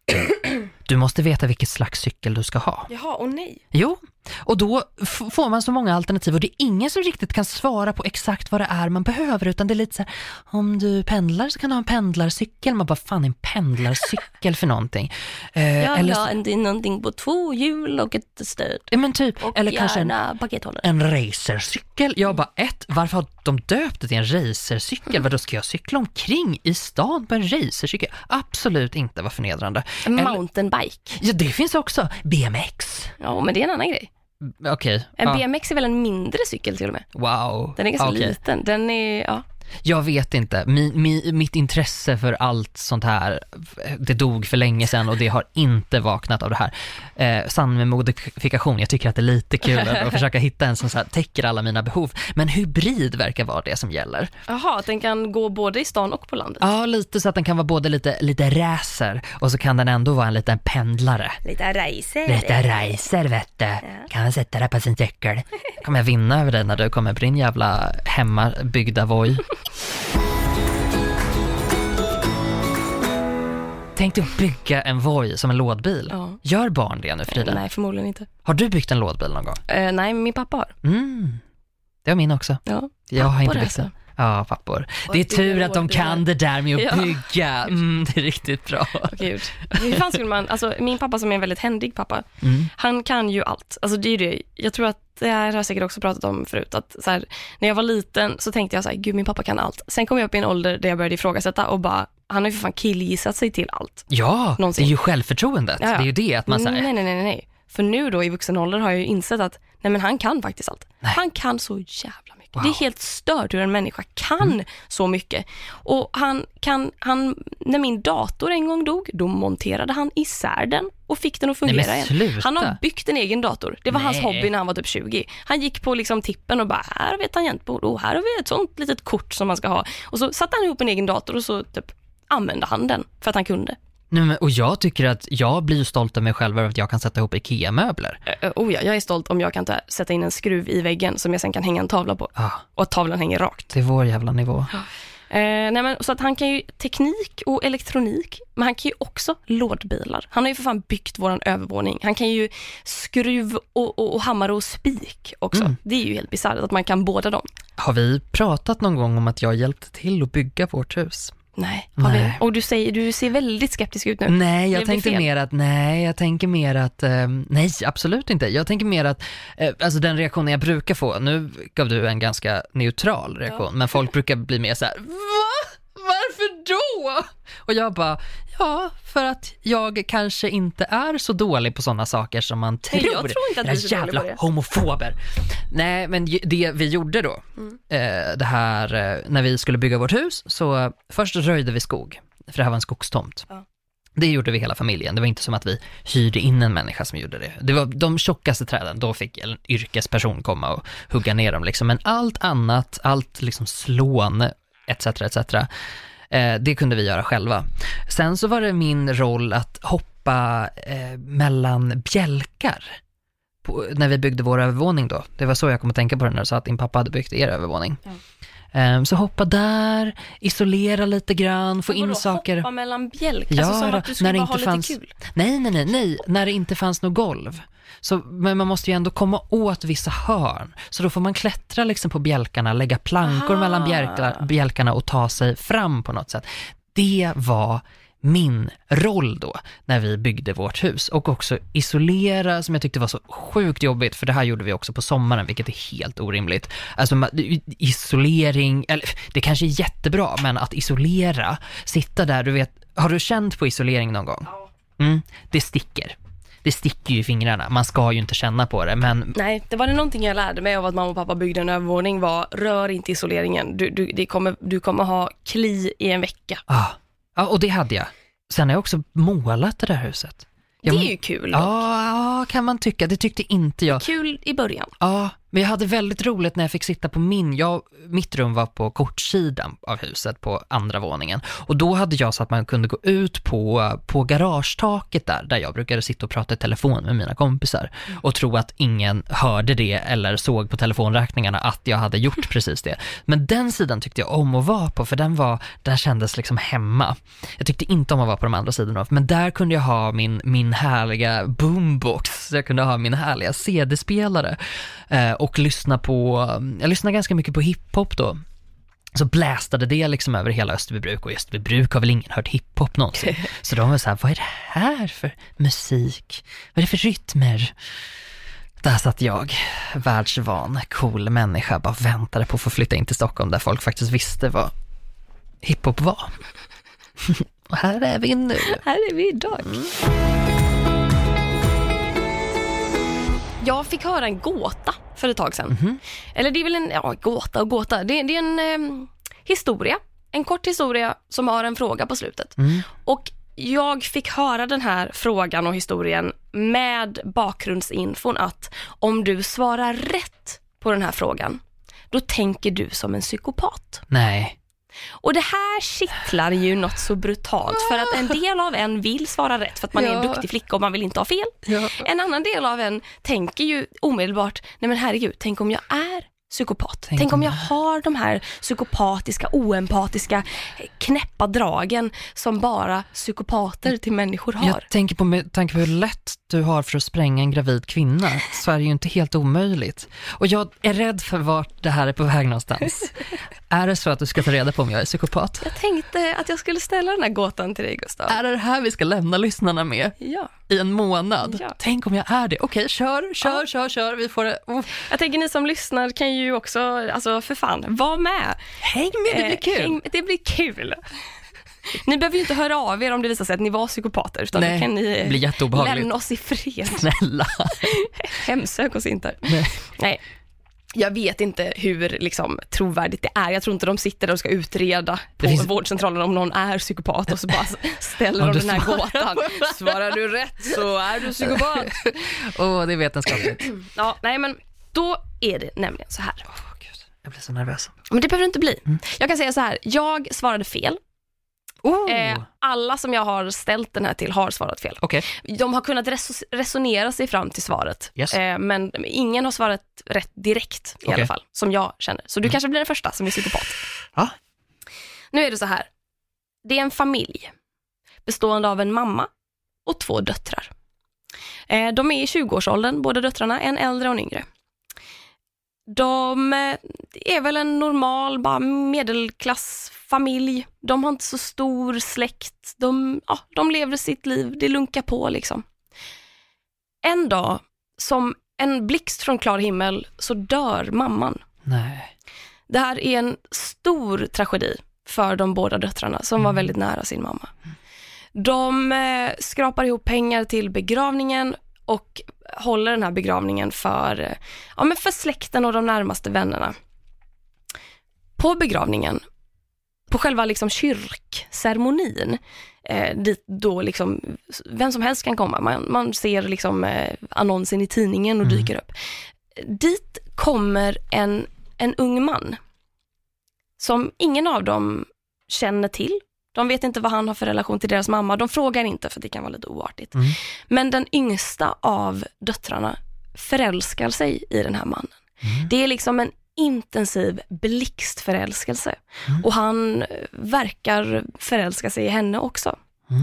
Du måste veta vilket slags cykel du ska ha. Jaha, och nej. Jo, och då f- får man så många alternativ och det är ingen som riktigt kan svara på exakt vad det är man behöver, utan det är lite så här, om du pendlar så kan du ha en pendlarcykel. Man bara, fan, en pendlarcykel för någonting. Eh, Jag eller, har en, det är någonting på två hjul och ett stöd. ja, men typ, Och eller kanske en, gärna pakethållare. en racercykel. Jag bara, ett, varför har de döpt det till en racercykel? Vad då ska jag cykla omkring i stan på en racercykel? Absolut inte, vad förnedrande. En Eller- mountainbike. Ja, det finns också B M X. Ja, men det är en annan grej. Okej. En ja. B M X är väl en mindre cykel till och med. Wow. Den är ganska Okej. liten. Den är, ja. Jag vet inte. Min, min, mitt intresse för allt sånt här, det dog för länge sedan och det har inte vaknat av det här. Eh, sann med modifikation. Jag tycker att det är lite kul att, att försöka hitta en som så här täcker alla mina behov. Men hybrid verkar vara det som gäller. Jaha, att den kan gå både i stan och på landet. Ja, lite så att den kan vara både lite, lite racer och så kan den ändå vara en liten pendlare. Lite racer. Lite racer, vet du. Kan man sätta det på sin cykel? Kommer jag vinna över dig när du kommer på din jävla hemmabyggda Voi? Tänk dig att bygga en Voi som en lådbil. Ja. Gör barn det nu, Frida? Nej, förmodligen inte. Har du byggt en lådbil någon gång? Eh, nej, min pappa har. Mm. Det har min också. Ja. Jag har inte Pappor byggt det. alltså. Ja, pappor. Och Det är bygga tur att de lådbilar. kan det där med att Ja. bygga. Mm, det är riktigt bra. Gud. Hur fan skulle man, alltså min pappa som är en väldigt händig pappa, Mm. han kan ju allt. Alltså det är ju det. Jag tror att det här har jag säkert också pratat om förut, att så här, när jag var liten så tänkte jag så här, gud, min pappa kan allt. Sen kom jag upp i en ålder där jag började ifrågasätta och bara, han har ju för fan killgissat sig till allt. Ja, Någonsin. det är ju självförtroendet. Ja, ja. Det är ju det att man säger. Nej, nej, nej, nej. För nu då i vuxen ålder har jag ju insett att nej, men han kan faktiskt allt. Nej. Han kan så jävla mycket. Wow. Det är helt stört hur en människa kan Mm. så mycket. Och han kan, han, när min dator en gång dog, då monterade han isär den och fick den att fungera Nej, men igen. sluta. Han har byggt en egen dator. Det var hans Nej. hobby när han var typ tjugo. Han gick på liksom tippen och bara, här har vi ett tangentbord och här har vi ett sånt litet kort som man ska ha. Och så satte han ihop en egen dator och så typ använde han den för att han kunde. Nej, men, och jag tycker att jag blir stolt av mig själv över att jag kan sätta ihop IKEA-möbler. Uh, oh ja, jag är stolt om jag kan ta, sätta in en skruv i väggen som jag sen kan hänga en tavla på. Ja, Och att tavlan hänger rakt. det är vår jävla nivå. Uh, nej men, så att han kan ju teknik och elektronik, men han kan ju också lådbilar. Han har ju för fan byggt våran övervåning. Han kan ju skruv och, och, och hammare och spik också. Mm. Det är ju helt bisarrt att man kan båda dem. Har vi pratat någon gång om att jag hjälpte till att bygga vårt hus? Nej, har Nej. vi? Och du, säger, du ser väldigt skeptisk ut nu. Nej, jag Det blir tänkte fel. mer att nej, jag tänker mer att eh, nej, absolut inte. Jag tänker mer att eh, alltså den reaktionen jag brukar få, nu gav du en ganska neutral reaktion, Ja. men folk brukar bli mer så här: va? Varför då? Och jag bara, ja, för att jag kanske inte är så dålig på sådana saker som man tror. Jag tror inte att du är så Era dålig jävla på det. homofober. Nej, men ju- det vi gjorde då, Mm. eh, det här, eh, när vi skulle bygga vårt hus, så eh, först röjde vi skog, för det här var en skogstomt. Ja. Det gjorde vi hela familjen. Det var inte som att vi hyrde in en människa som gjorde det. Det var de tjockaste träden. Då fick en yrkesperson komma och hugga ner dem. Liksom. Men allt annat, allt liksom slån, et cetera et cetera. Eh, det kunde vi göra själva. Sen så var det min roll att hoppa hoppa eh, mellan bjälkar på, när vi byggde vår övervåning då. Det var så jag kom att tänka på det när du sa att din pappa hade byggt er övervåning. Ja. Um, så hoppa där, isolera lite grann, få in saker. Hoppa mellan bjälkar, ja, alltså som att du skulle bara ha lite fanns... kul. Nej, nej, nej, nej, när det inte fanns något golv. Så, men man måste ju ändå komma åt vissa hörn. Så då får man klättra liksom på bjälkarna, lägga plankor Aha. mellan bjälkar, bjälkarna och ta sig fram på något sätt. Det var min roll då när vi byggde vårt hus. Och också isolera, som jag tyckte var så sjukt jobbigt, för det här gjorde vi också på sommaren, vilket är helt orimligt. Alltså isolering, eller det kanske är jättebra, men att isolera, sitta där, du vet, har du känt på isolering någon gång? Mm, det sticker. Det sticker ju i fingrarna. Man ska ju inte känna på det, men... Nej, det var det någonting jag lärde mig av att mamma och pappa byggde en övervåning var, rör inte isoleringen. Du, du, det kommer, du kommer ha kli i en vecka. Ah. Ja, och det hade jag. Sen har jag också målat det där huset. Jag, det är ju kul. Ja, ja, kan man tycka. Det tyckte inte jag. Kul i början. Ja, men jag hade väldigt roligt när jag fick sitta på min... Jag, mitt rum var på kortsidan av huset på andra våningen. Och då hade jag så att man kunde gå ut på, på garagetaket där, där jag brukade sitta och prata i telefon med mina kompisar. Mm. Och tro att ingen hörde det eller såg på telefonräkningarna att jag hade gjort precis det. Men den sidan tyckte jag om att vara på, för den var, där kändes liksom hemma. Jag tyckte inte om att vara på de andra sidorna, men där kunde jag ha min, min härliga boombox. Jag kunde ha min härliga C D-spelare. Eh, och lyssna på, jag lyssnade ganska mycket på hiphop då. Så blästade det liksom över hela Österbybruk, och Österbybruk har väl ingen hört hiphop någonsin. Så de var så här, vad är det här för musik? Vad är det för rytmer? Där satt jag, världsvan, cool människa, bara väntade på att få flytta in till Stockholm där folk faktiskt visste vad hiphop var. Och här är vi nu. Här är vi idag. Mm. Jag fick höra en gåta för ett tag sedan. Mm-hmm. Eller det är väl en ja, gåta och gåta. Det, det är en eh, historia. En kort historia som har en fråga på slutet. Mm. Och jag fick höra den här frågan och historien med bakgrundsinfon att om du svarar rätt på den här frågan, då tänker du som en psykopat. Nej. Och det här kittlar ju något så brutalt, för att en del av en vill svara rätt för att man ja. är en duktig flicka och man vill inte ha fel. Ja. En annan del av en tänker ju omedelbart, nej men herregud, tänk om jag är psykopat. Tänk, tänk om jag har de här psykopatiska, oempatiska, knäppa dragen som bara psykopater till människor har. Jag tänker på, med tanke på hur lätt du har för att spränga en gravid kvinna, så är det ju inte helt omöjligt. Och jag är rädd för vart det här är på väg någonstans. Är det så att du ska ta reda på om jag är psykopat? Jag tänkte att jag skulle ställa den här gåtan till dig, Gustav. Är det här vi ska lämna lyssnarna med? Ja. I en månad? Ja. Tänk om jag är det. Okej, kör, kör, ja. kör, kör. Vi får det. Oh. Jag tänker ni som lyssnar kan ju också, alltså för fan, var med. Häng med, det blir kul. Häng, det blir kul. Ni behöver ju inte höra av er om det visar sig att ni var psykopater, utan Nej, då kan ni det blir jätteobehagligt. lämna oss i fred. Snälla. Hemsök oss inte. Nej. Nej. Jag vet inte hur liksom, trovärdigt det är. Jag tror inte de sitter där och ska utreda på finns... vårdcentralen om någon är psykopat och så bara ställer de den här gåtan. Svarar du rätt så är du psykopat. Åh, oh, det är vetenskapligt. Ja, nej men då är det nämligen så här. Oh, Gud. Jag blir så nervös. Men det behöver det inte bli. Mm. Jag kan säga så här, jag svarade fel. Oh. Eh, alla som jag har ställt den här till har svarat fel. Okay. De har kunnat res- resonera sig fram till svaret. Yes. Eh, men ingen har svarat rätt direkt i okay. alla fall, som jag känner. Så du mm. kanske blir den första som är psykopat. Ah. Nu är det så här. Det är en familj bestående av en mamma och två döttrar. Eh, de är i tjugoårsåldern, båda döttrarna, en äldre och en yngre. De är väl en normal, bara medelklassfamilj. De har inte så stor släkt. De, ja, de lever sitt liv, det lunkar på liksom. En dag, som en blixt från klar himmel, så dör mamman. Nej. Det här är en stor tragedi för de båda döttrarna som mm. var väldigt nära sin mamma. De eh, skrapar ihop pengar till begravningen och håller den här begravningen för, ja, men för släkten och de närmaste vännerna. På begravningen, på själva liksom kyrkceremonin, eh, dit då liksom vem som helst kan komma. Man, man ser liksom eh, annonsen i tidningen och mm. dyker upp. Dit kommer en, en ung man som ingen av dem känner till De vet inte vad han har för relation till deras mamma. De frågar inte för det kan vara lite oartigt. Mm. Men den yngsta av döttrarna förälskar sig i den här mannen. Mm. Det är liksom en intensiv blixtförälskelse. Mm. Och han verkar förälska sig i henne också.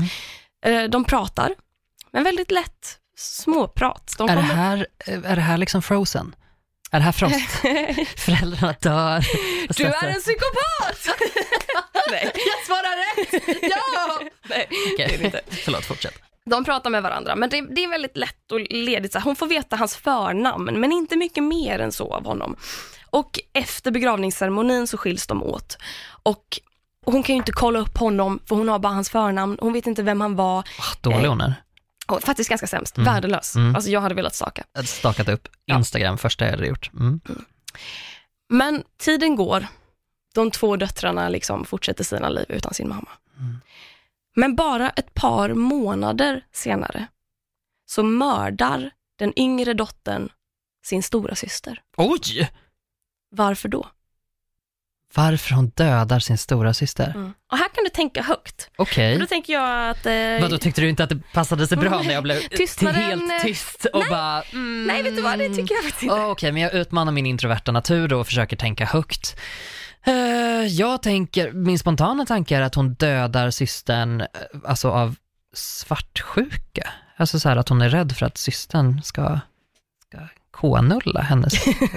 Mm. De pratar, men väldigt lätt småprat. De är, det kommer... här, är det här liksom Frozen? Är det här Frost? Föräldrarna dör. Du är en psykopat! Nej, jag svarar rätt! Ja! Nej, det är det inte. Förlåt, fortsätt. De pratar med varandra, men det, det är väldigt lätt och ledigt. Så hon får veta hans förnamn, men inte mycket mer än så av honom. Och efter begravningsceremonin så skiljs de åt. Och hon kan ju inte kolla upp honom, för hon har bara hans förnamn. Hon vet inte vem han var. Oh, dålig hon är. Och faktiskt ganska sämst, Mm. värdelös. Mm. Alltså jag hade velat staka. Jag hade stakat upp Instagram, ja. Första jag hade gjort. Mm. Mm. Men tiden går. De två döttrarna liksom fortsätter sina liv utan sin mamma. Mm. Men bara ett par månader senare så mördar den yngre dottern sin stora syster. Oj! Varför då? Varför hon dödar sin stora syster. Mm. Och här kan du tänka högt. Okej. För då tänker jag att... Eh, Vadå, tyckte du inte att det passade sig bra när jag blev Tystnaden, helt tyst och nej. bara... Mm, Nej, vet du vad? Det tycker jag faktiskt inte. Okej, okay, men jag utmanar min introverta natur då och försöker tänka högt. Uh, jag tänker, min spontana tanke är att hon dödar systern alltså av svartsjuka. Alltså så här att hon är rädd för att systern ska, ska k-nulla hennes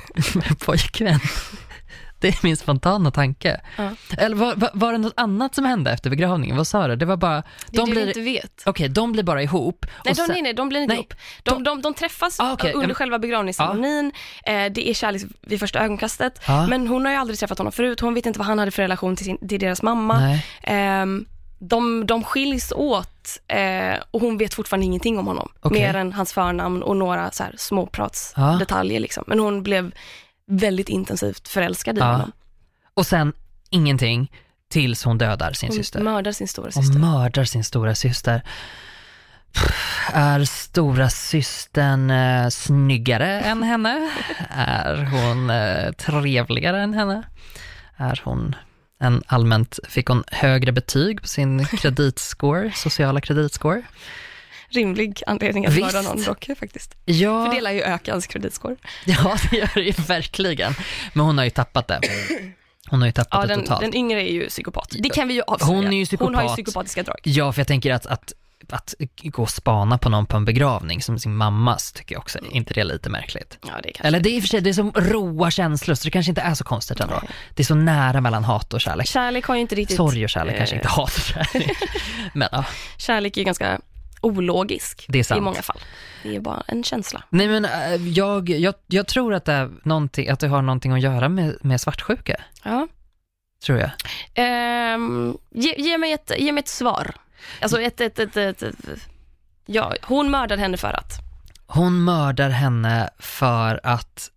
pojkvän. Det är min spontana tanke. Ja. Eller var, var, var det något annat som hände efter begravningen? Vad sa du? Det var bara... Det är de det blir, du inte vet. Okej, okay, de blir bara ihop. Nej, och de, sen, nej, nej, de blir inte nej, ihop. De, de, de, de träffas ah, okay. under um, själva begravningsceremonin. Ah. Eh, det är kärlek vid första ögonkastet. Ah. Men hon har ju aldrig träffat honom förut. Hon vet inte vad han hade för relation till, sin, till deras mamma. Eh, de, de skiljs åt eh, och hon vet fortfarande ingenting om honom. Okay. Mer än hans förnamn och några så här småpratsdetaljer. Ah. Liksom. Men hon blev väldigt intensivt förälskad i ah. honom. Och sen ingenting tills hon dödar sin hon syster. Hon mördar sin stora syster. Hon mördar sin stora syster. Är stora systern eh, snyggare än henne? Är hon eh, trevligare än henne? Är hon en allmänt, fick hon högre betyg på sin kreditscore, sociala kreditscore? Rimlig anledning att Visst. mörda någon dock faktiskt. Ja. För det lär ju öka hans kreditskår. Ja, det gör det ju verkligen. Men hon har ju tappat det. Hon har ju tappat ja, det den, totalt. Den yngre är ju psykopat. Det kan vi ju avslöja. Hon är ju psykopat. Hon har ju psykopatiska drag. Ja, för jag tänker att, att, att gå och spana på någon på en begravning som sin mammas tycker jag också. Mm. Inte det är lite märkligt? Ja, det är Eller det är i och för sig, det är som roa känslor så det kanske inte är så konstigt ändå. Nej. Det är så nära mellan hat och kärlek. Kärlek har ju inte riktigt... Sorg och kärlek, eh... kanske inte hat och kärlek. Men ja. Kärlek är ju ganska ologisk det är sant. I många fall. Det är bara en känsla. Nej, men jag, jag, jag tror att det, är någonting, att det har någonting att göra med, med svartsjuka. Ja. Tror jag. Um, ge, ge, mig ett, ge mig ett svar. Alltså ett, ett, ett, ett, ett... Ja, hon mördar henne för att... Hon mördar henne för att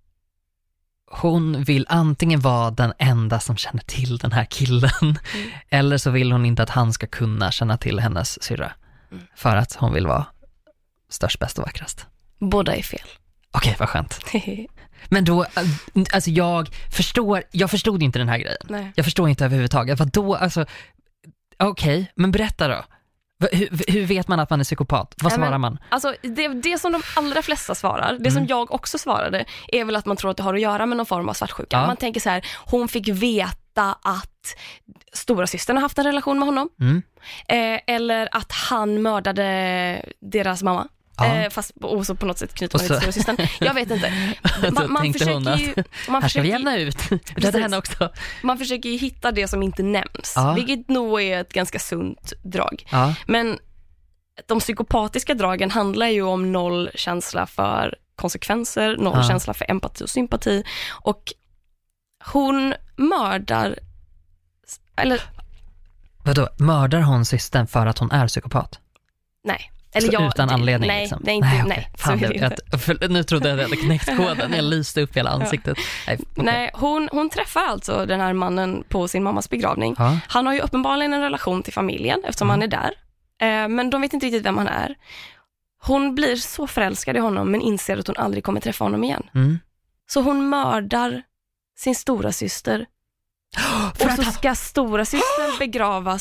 hon vill antingen vara den enda som känner till den här killen mm. eller så vill hon inte att han ska kunna känna till hennes syrra. Mm. För att hon vill vara störst, bäst och vackrast. Båda är fel. Okej, okay, vad skönt. Men då, alltså jag förstår, jag förstod inte den här grejen. Nej. Jag förstår inte överhuvudtaget. Vad då, alltså, okej, okay, men berätta då. Hur, hur vet man att man är psykopat? Vad svarar men, man? Alltså det, det som de allra flesta svarar, det mm. som jag också svarade, är väl att man tror att det har att göra med någon form av svartsjuka. Ja. Man tänker så här, hon fick veta att stora systern har haft en relation med honom. Mm. Eh, eller att han mördade deras mamma. Ja. Eh, fast och så på något sätt knyter man till stora systern. Jag vet inte. Man, man försöker ju... Man här ska vi jämna ut. Det henne också. Man försöker ju hitta det som inte nämns. Ja. Vilket nog är ett ganska sunt drag. Ja. Men de psykopatiska dragen handlar ju om noll känsla för konsekvenser, noll ja. känsla för empati och sympati. Och hon mördar... Eller... Vadå? Mördar hon systern för att hon är psykopat? Nej. Eller jag, utan anledning nej, liksom. nej, inte, nej, nej. Fan, det, inte. Jag, för, nu trodde jag att jag hade knäckt koden. Jag lyste upp hela ansiktet. Ja. Nej, okay. nej hon, hon träffar alltså den här mannen på sin mammas begravning. Ja. Han har ju uppenbarligen en relation till familjen eftersom mm. han är där. Eh, men de vet inte riktigt vem han är. Hon blir så förälskad i honom men inser att hon aldrig kommer träffa honom igen. Mm. Så hon mördar sin stora syster. Och så ska stora systern begravas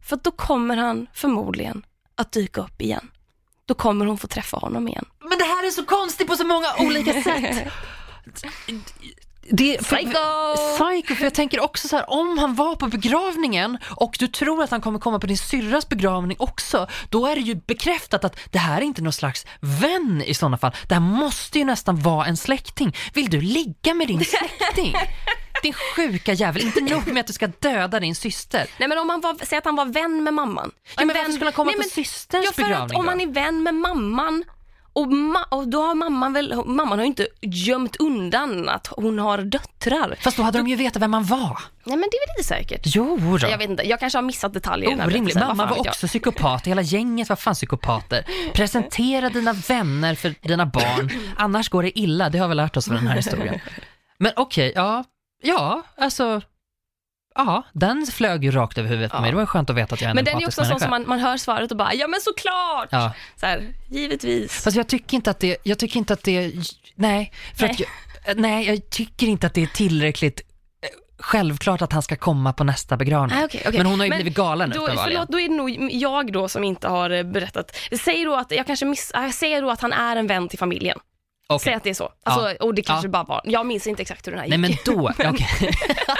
För då kommer han förmodligen att dyka upp igen. Då kommer hon få träffa honom igen. Men det här är så konstigt på så många olika sätt. Det, för, Psycho! Psycho, för jag tänker också så här, om han var på begravningen och du tror att han kommer komma på din syrras begravning också, då är det ju bekräftat att det här är inte någon slags vän i sådana fall. Det här måste ju nästan vara en släkting. Vill du ligga med din släkting? Din sjuka jävel, inte nog med att du ska döda din syster. Nej, men om han var, säg att han var vän med mamman. Ja, men vän, varför skulle han komma nej, på men, systerns ja, för begravning att om då? han är vän med mamman och, ma- och då har mamman väl, mamman har ju inte gömt undan att hon har döttrar. Fast då hade de ju vetat vem man var. Nej, men det är väl inte säkert. Jo då. Jag vet inte, jag kanske har missat detaljer i den här Orimligt. berättelsen. Mamma Vad fan var vet också psykopat. Hela gänget var fan psykopater. Presentera dina vänner för dina barn. Annars går det illa. Det har vi lärt oss av den här historien. Men okej, okay, ja. Ja, alltså... Ja, den flög ju rakt över huvudet på ja. mig. Det var skönt att veta att jag är en men den är också människa. sån som man, man hör svaret och bara, ja men såklart! Ja. Så här, givetvis. Fast jag tycker inte att det... Jag tycker inte att det... Nej, för nej. Att jag, nej, jag tycker inte att det är tillräckligt självklart att han ska komma på nästa begravning. Ah, okay, okay. Men hon har ju men blivit galen då, uppenbarligen. Förlåt, då är det nog jag då som inte har berättat. Säg då att jag kanske miss, jag säger då att han är en vän till familjen. Okay. Säg att det är så. Alltså, ja. Och det kanske ja. bara var. Jag minns inte exakt hur den här Nej, gick. men då... men... Okay.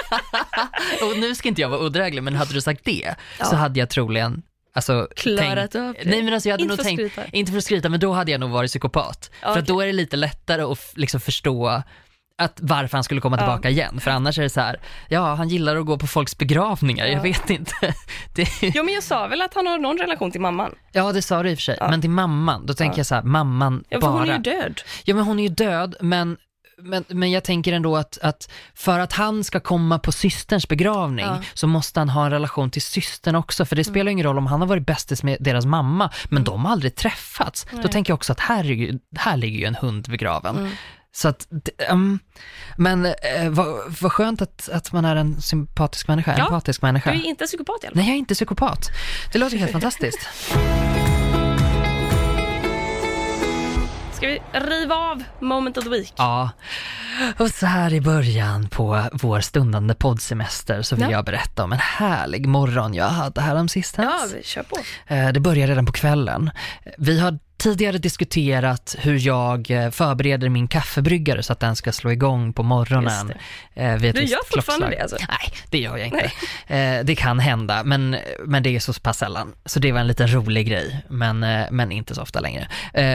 Och nu ska inte jag vara odräglig, men hade du sagt det ja. så hade jag troligen... Alltså, klarat upp det. Nej, men alltså jag hade inte nog för tänkt, skryta. inte för att skryta, men då hade jag nog varit psykopat. Okay. För att då är det lite lättare att f- liksom förstå att varför han skulle komma ja. tillbaka igen. För annars är det så här, ja, han gillar att gå på folks begravningar. Ja. Jag vet inte. Det... Jo, men jag sa väl att han har någon relation till mamman. Ja, det sa du i och för sig. Ja. Men till mamman, då tänker ja. jag så här, mamman ja, för bara... hon är ju död. Ja, men hon är ju död, men... Men, men jag tänker ändå att, att för att han ska komma på systerns begravning ja. så måste han ha en relation till systern också. För det spelar mm. ingen roll om han har varit bästis med deras mamma, men mm. de har aldrig träffats. Nej. Då tänker jag också att här, är ju, här ligger ju en hund begraven. Mm. Så att, um, men eh, vad, vad skönt att, att man är en sympatisk människa, en ja. empatisk människa. Du är inte psykopat i alla fall. Nej, jag är inte psykopat. Det låter helt fantastiskt. Ska vi riva av moment of the week? Ja, och så här i början på vår stundande poddsemester så vill ja. jag berätta om en härlig morgon jag hade här om sistens. Ja, vi kör på. Det började redan på kvällen. Vi har tidigare diskuterat hur jag förbereder min kaffebryggare så att den ska slå igång på morgonen. Vid du gör fortfarande klockslag. Det alltså? Nej, det gör jag inte. Nej. Det kan hända, men, men det är så pass sällan. Så det var en liten rolig grej, men, men inte så ofta längre.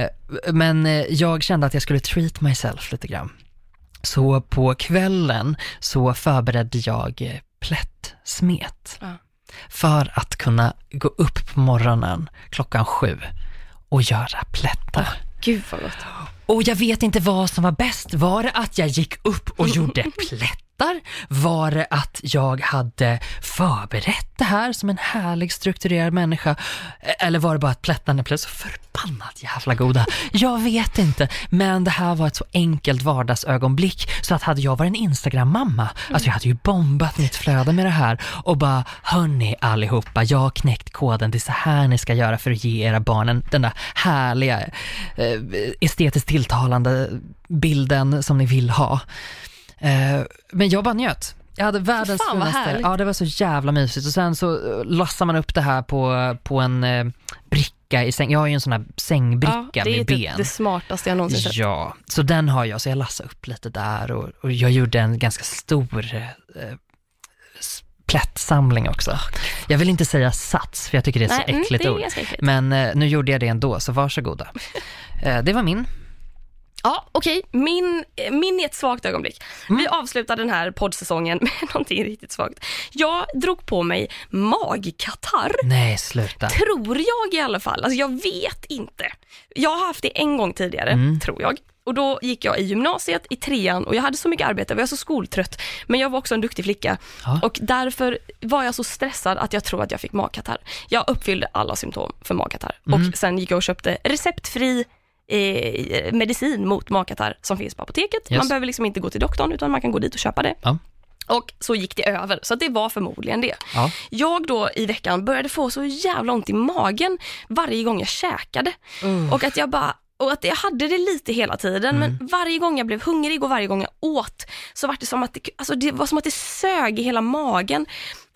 Men jag kände att jag skulle treat myself lite grann. Så på kvällen så förberedde jag plättsmet. Ja. För att kunna gå upp på morgonen klockan sju och göra plättar. Oh, gud vad gott. Och jag vet inte vad som var bäst. Var det att jag gick upp och gjorde plättar? Var det att jag hade förberett det här som en härlig strukturerad människa? Eller var det bara att plättarna blev så förbannat jävla goda? Jag vet inte. Men det här var ett så enkelt vardagsögonblick så att hade jag varit en Instagram-mamma, alltså jag hade ju bombat mitt flöde med det här och bara, hörni allihopa, jag har knäckt koden. Det är så här ni ska göra för att ge era barnen den där härliga eh, estetiskt tilltalande bilden som ni vill ha. Eh, men jag bara njöt. Jag hade världens finaste. Ja, det var så jävla mysigt. Och sen så lassar man upp det här på, på en eh, bricka i säng. Jag har ju en sån här sängbricka ja, med ben. Det är det smartaste jag någonsin sett. Ja, så den har jag. Så jag lassade upp lite där. Och, och jag gjorde en ganska stor eh, plättsamling också. Jag vill inte säga sats, för jag tycker det är Nej, så äckligt mm, ord. Äckligt. Men eh, nu gjorde jag det ändå, så varsågoda. eh, det var min. Ja, okej. Okay. Min, min är ett svagt ögonblick. Mm. Vi avslutar den här poddsäsongen med någonting riktigt svagt. Jag drog på mig magkatarr. Nej, sluta. Tror jag i alla fall. Alltså jag vet inte. Jag har haft det en gång tidigare, mm. tror jag. Och då gick jag i gymnasiet i trean och jag hade så mycket arbete. Jag var så skoltrött. Men jag var också en duktig flicka. Ja. Och därför var jag så stressad att jag tror att jag fick magkatarr. Jag uppfyllde alla symptom för magkatarr. Mm. Och sen gick jag och köpte receptfri Eh, medicin mot magkatarr som finns på apoteket. Yes. Man behöver liksom inte gå till doktorn utan man kan gå dit och köpa det. Ja. Och så gick det över. Så det var förmodligen det. Ja. Jag då i veckan började få så jävla ont i magen varje gång jag käkade. Uh. Och att jag bara och att jag hade det lite hela tiden. Mm. Men varje gång jag blev hungrig och varje gång jag åt så var det som att det, alltså det var som att det sög i hela magen.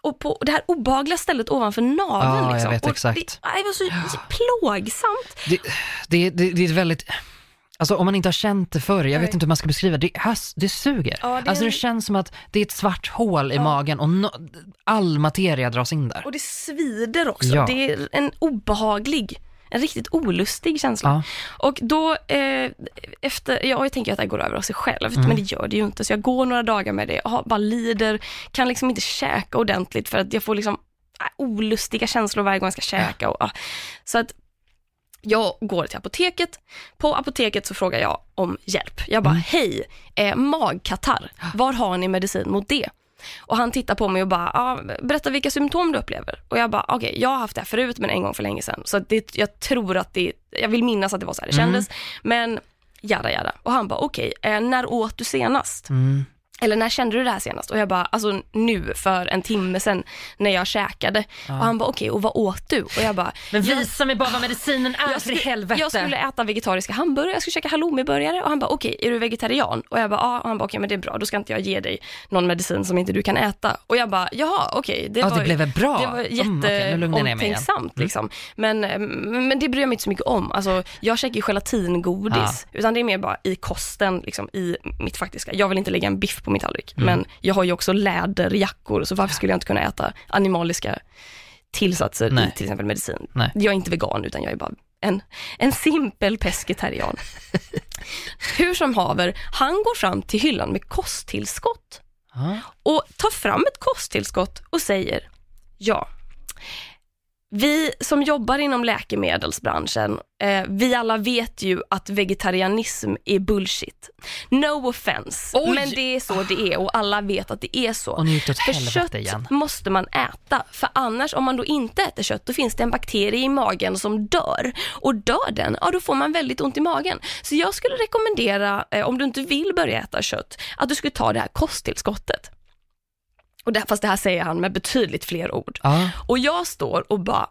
och på det här obehagliga stället ovanför naveln. Ja, liksom. jag vet och exakt. Det, det var så, så plågsamt. Det, det, det, det är väldigt... Alltså om man inte har känt det förr, jag Nej. vet inte hur man ska beskriva det, det, det suger. Ja, det alltså är... det känns som att det är ett svart hål i ja. magen och no, all materia dras in där. Och det svider också. Ja. Det är en obehaglig, en riktigt olustig känsla. Ja. Och då, eh, efter, ja, jag tänker att det går över av sig självt, Mm. men det gör det ju inte. Så jag går några dagar med det, och bara lider, kan liksom inte käka ordentligt för att jag får liksom äh, olustiga känslor varje gång jag ska käka. Och, äh. Så att jag går till apoteket. På apoteket så frågar jag om hjälp. Jag bara, Mm. hej, eh, magkatarr. Var har ni medicin mot det? Och han tittar på mig och bara, ah, berätta vilka symptom du upplever. Och jag bara, okej, okay, jag har haft det här förut men en gång för länge sedan. Så det, jag tror att det, jag vill minnas att det var så här det kändes. Mm. Men, jada jada. Och han bara, okej, okay, eh, när åt du senast? Mm. Eller när kände du det här senast? Och jag bara, alltså nu för en timme sedan när jag käkade. Ja. Och han bara, okej, okay, och vad åt du? Och jag bara, men visa mig bara vad medicinen är, jag för i helvete. Jag skulle äta vegetariska hamburgare, jag skulle käka halloumiburgare. Och han bara, okej, okay, är du vegetarian? Och jag bara, ja. Och han bara, okej, okay, men det är bra, då ska inte jag ge dig någon medicin som inte du kan äta. Och jag bara, jaha, okej. Okay, det, ja, var, det blev bra. Det var jätteomtänksamt, mm, okay, liksom. Men, men det bryr jag mig inte så mycket om. Alltså, jag käkar ju gelatingodis. Ja. Utan det är mer bara i kosten, liksom, i mitt faktiska. Jag vill inte lägga en biff på min tallrik, mm. men jag har ju också läderjackor, så varför skulle jag inte kunna äta animaliska tillsatser Nej. i till exempel medicin? Nej. Jag är inte vegan, utan jag är bara en, en simpel pescetarian. Hur som haver, han går fram till hyllan med kosttillskott ah. och tar fram ett kosttillskott och säger, ja, vi som jobbar inom läkemedelsbranschen, eh, vi alla vet ju att vegetarianism är bullshit. No offense, Oj. men det är så det är, och alla vet att det är så. Och nu åt för kött igen. måste man äta, för annars om man då inte äter kött, då finns det en bakterie i magen som dör. Och dör den, ja då får man väldigt ont i magen. Så jag skulle rekommendera, eh, om du inte vill börja äta kött, att du skulle ta det här kosttillskottet. Och där, fast det här säger han med betydligt fler ord. Ah. Och jag står och bara,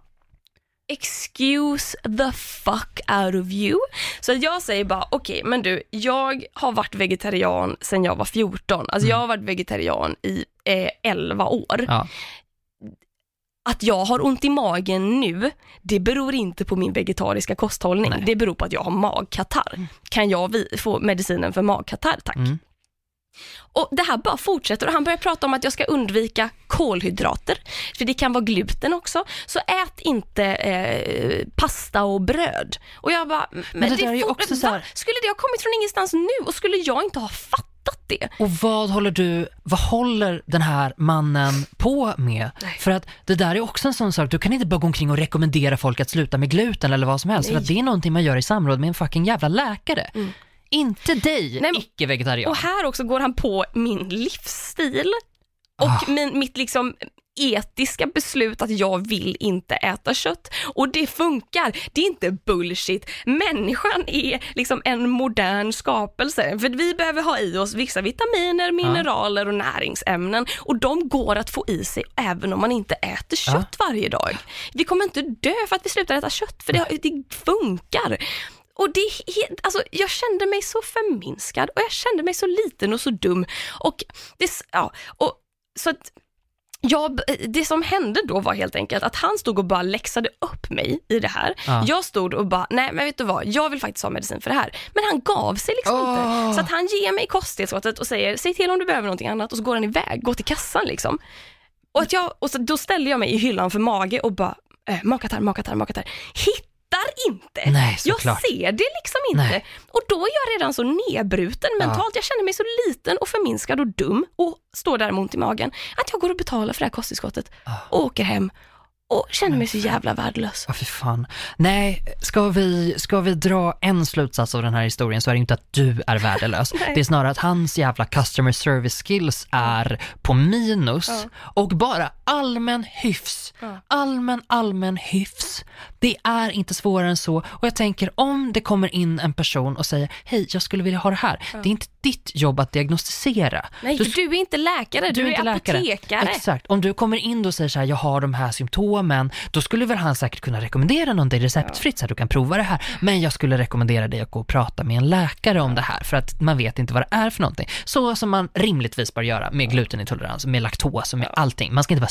excuse the fuck out of you. Så jag säger bara, okej, okay, men du, jag har varit vegetarian sedan jag var fjorton. Alltså mm. jag har varit vegetarian i eh, elva år. Ja. Att jag har ont i magen nu, det beror inte på min vegetariska kosthållning. Nej. Det beror på att jag har magkatarr. Kan jag vi- få medicinen för magkatarr, tack? Mm. Och det här bara fortsätter, och han börjar prata om att jag ska undvika kolhydrater, för det kan vara gluten också, så ät inte eh, pasta och bröd. Och jag bara, men, men det, det är ju också så här... skulle det ha kommit från ingenstans nu, och skulle jag inte ha fattat det? Och vad håller du, vad håller den här mannen på med? Nej. För att det där är också en sån sak, du kan inte bara gå omkring och rekommendera folk att sluta med gluten eller vad som helst. Nej. För att det är någonting man gör i samråd med en fucking jävla läkare. Mm. Inte dig, Nej, icke-vegetarian. Och här också går han på min livsstil och ah. min, mitt liksom etiska beslut att jag vill inte äta kött. Och det funkar, det är inte bullshit. Människan är liksom en modern skapelse, för vi behöver ha i oss vissa vitaminer, mineraler och näringsämnen, och de går att få i sig även om man inte äter kött ah. varje dag. Vi kommer inte dö för att vi slutar äta kött, för det, det funkar. Och det, alltså, jag kände mig så förminskad, och jag kände mig så liten och så dum. Och det, ja, och så att jag, det som hände då var helt enkelt att han stod och bara läxade upp mig i det här. Ja. Jag stod och bara, nej men vet du vad, jag vill faktiskt ha medicin för det här. Men han gav sig liksom oh. inte. Så att han ger mig kosttillskottet och säger, säg till om du behöver någonting annat, och så går han iväg, går till kassan liksom. Och, att jag, och så, då ställde jag mig i hyllan för mage och bara, äh, makatar, makatar, makatar. Hitta inte. Nej, jag klart. ser det liksom inte. Nej. Och då är jag redan så nedbruten mentalt. Ja. Jag känner mig så liten och förminskad och dum, och står där med ont i magen, att jag går och betalar för det här kosttillskottet och åker hem och känner mig så jävla värdelös. Ja, för fan. Nej, ska vi, ska vi dra en slutsats av den här historien, så är det inte att du är värdelös. Det är snarare att hans jävla customer service skills är på minus, ja. och bara allmän hyfs. Ja. Allmän, allmän hyfs. Det är inte svårare än så. Och jag tänker, om det kommer in en person och säger, hej, jag skulle vilja ha det här. Ja. Det är inte ditt jobb att diagnostisera. Nej, du, du är inte läkare, du, du är, är apotekare. Läkare. Exakt. Om du kommer in och säger så här, jag har de här symptomen, då skulle väl han säkert kunna rekommendera någonting receptfritt, så här, du kan prova det här. Men jag skulle rekommendera dig att gå och prata med en läkare om det här, för att man vet inte vad det är för någonting. Så som man rimligtvis bör göra med glutenintolerans, med laktos och med allting. Man ska inte bara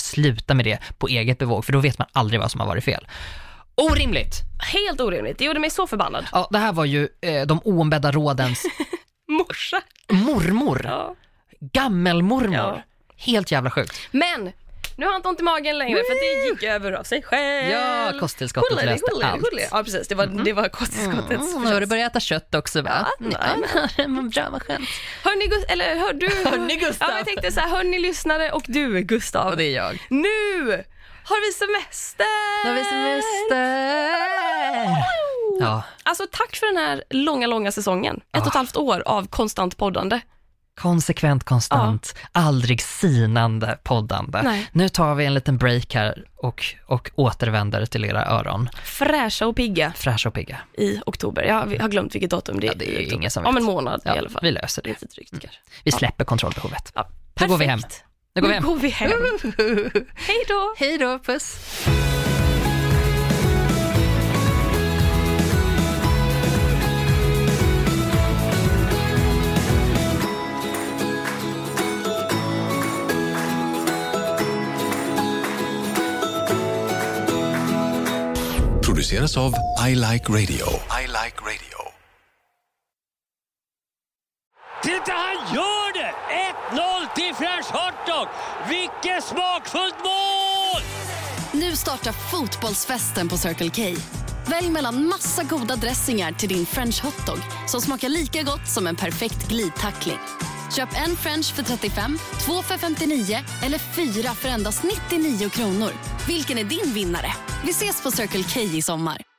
sluta med det på eget bevåg, för då vet man aldrig vad som har varit fel. Orimligt! Helt orimligt, det gjorde mig så förbannad. Ja, det här var ju eh, de oombedda rådens morsa. Mormor. Ja. Gammelmormor. Ja. Helt jävla sjukt. Men nu har han inte ont i magen längre, för det gick över av sig själv. Ja, kosttillskottet Hulleri, löste hulleri, allt. hulleri. Ja, precis. Det var, det var kosttillskottets Mm, nu har du börjat äta kött också, va? Ja, Ja, men bra, vad skönt. Hörni, Gust- eller hör du? Hörni, Gustav. Ja, jag tänkte så här, hörni lyssnare och du, Gustav. Och det är jag. Nu har vi semester! Nu har vi semester! Ja. Alltså tack för den här långa, långa säsongen. Ett Ja. och ett halvt år av konstant poddande. Konsekvent, konstant, aldrig sinande poddande. Nej. Nu tar vi en liten break här och, och återvänder till era öron. Fräscha och pigga Fräscha och pigga. i oktober. Jag har glömt vilket datum det är. Ja, det är i ju oktober. ingen som vet. Om en månad Ja, i alla fall. vi löser det. Lite drygt kanske. Vi släpper kontrollbehovet. Ja, Nu går vi hem. perfekt. Nu går vi hem. Nu går vi hem. Hej då! Hej då, puss! Produceras av I Like Radio. I Like Radio. Titta, han gör det! ett noll till French Hotdog! Vilket smakfullt mål! Nu startar fotbollsfesten på Circle K. Välj mellan massa goda dressingar till din French hotdog som smakar lika gott som en perfekt glidtackling. Köp en French för trettiofem, två för femtionio eller fyra för endast nittionio kronor. Vilken är din vinnare? Vi ses på Circle K i sommar.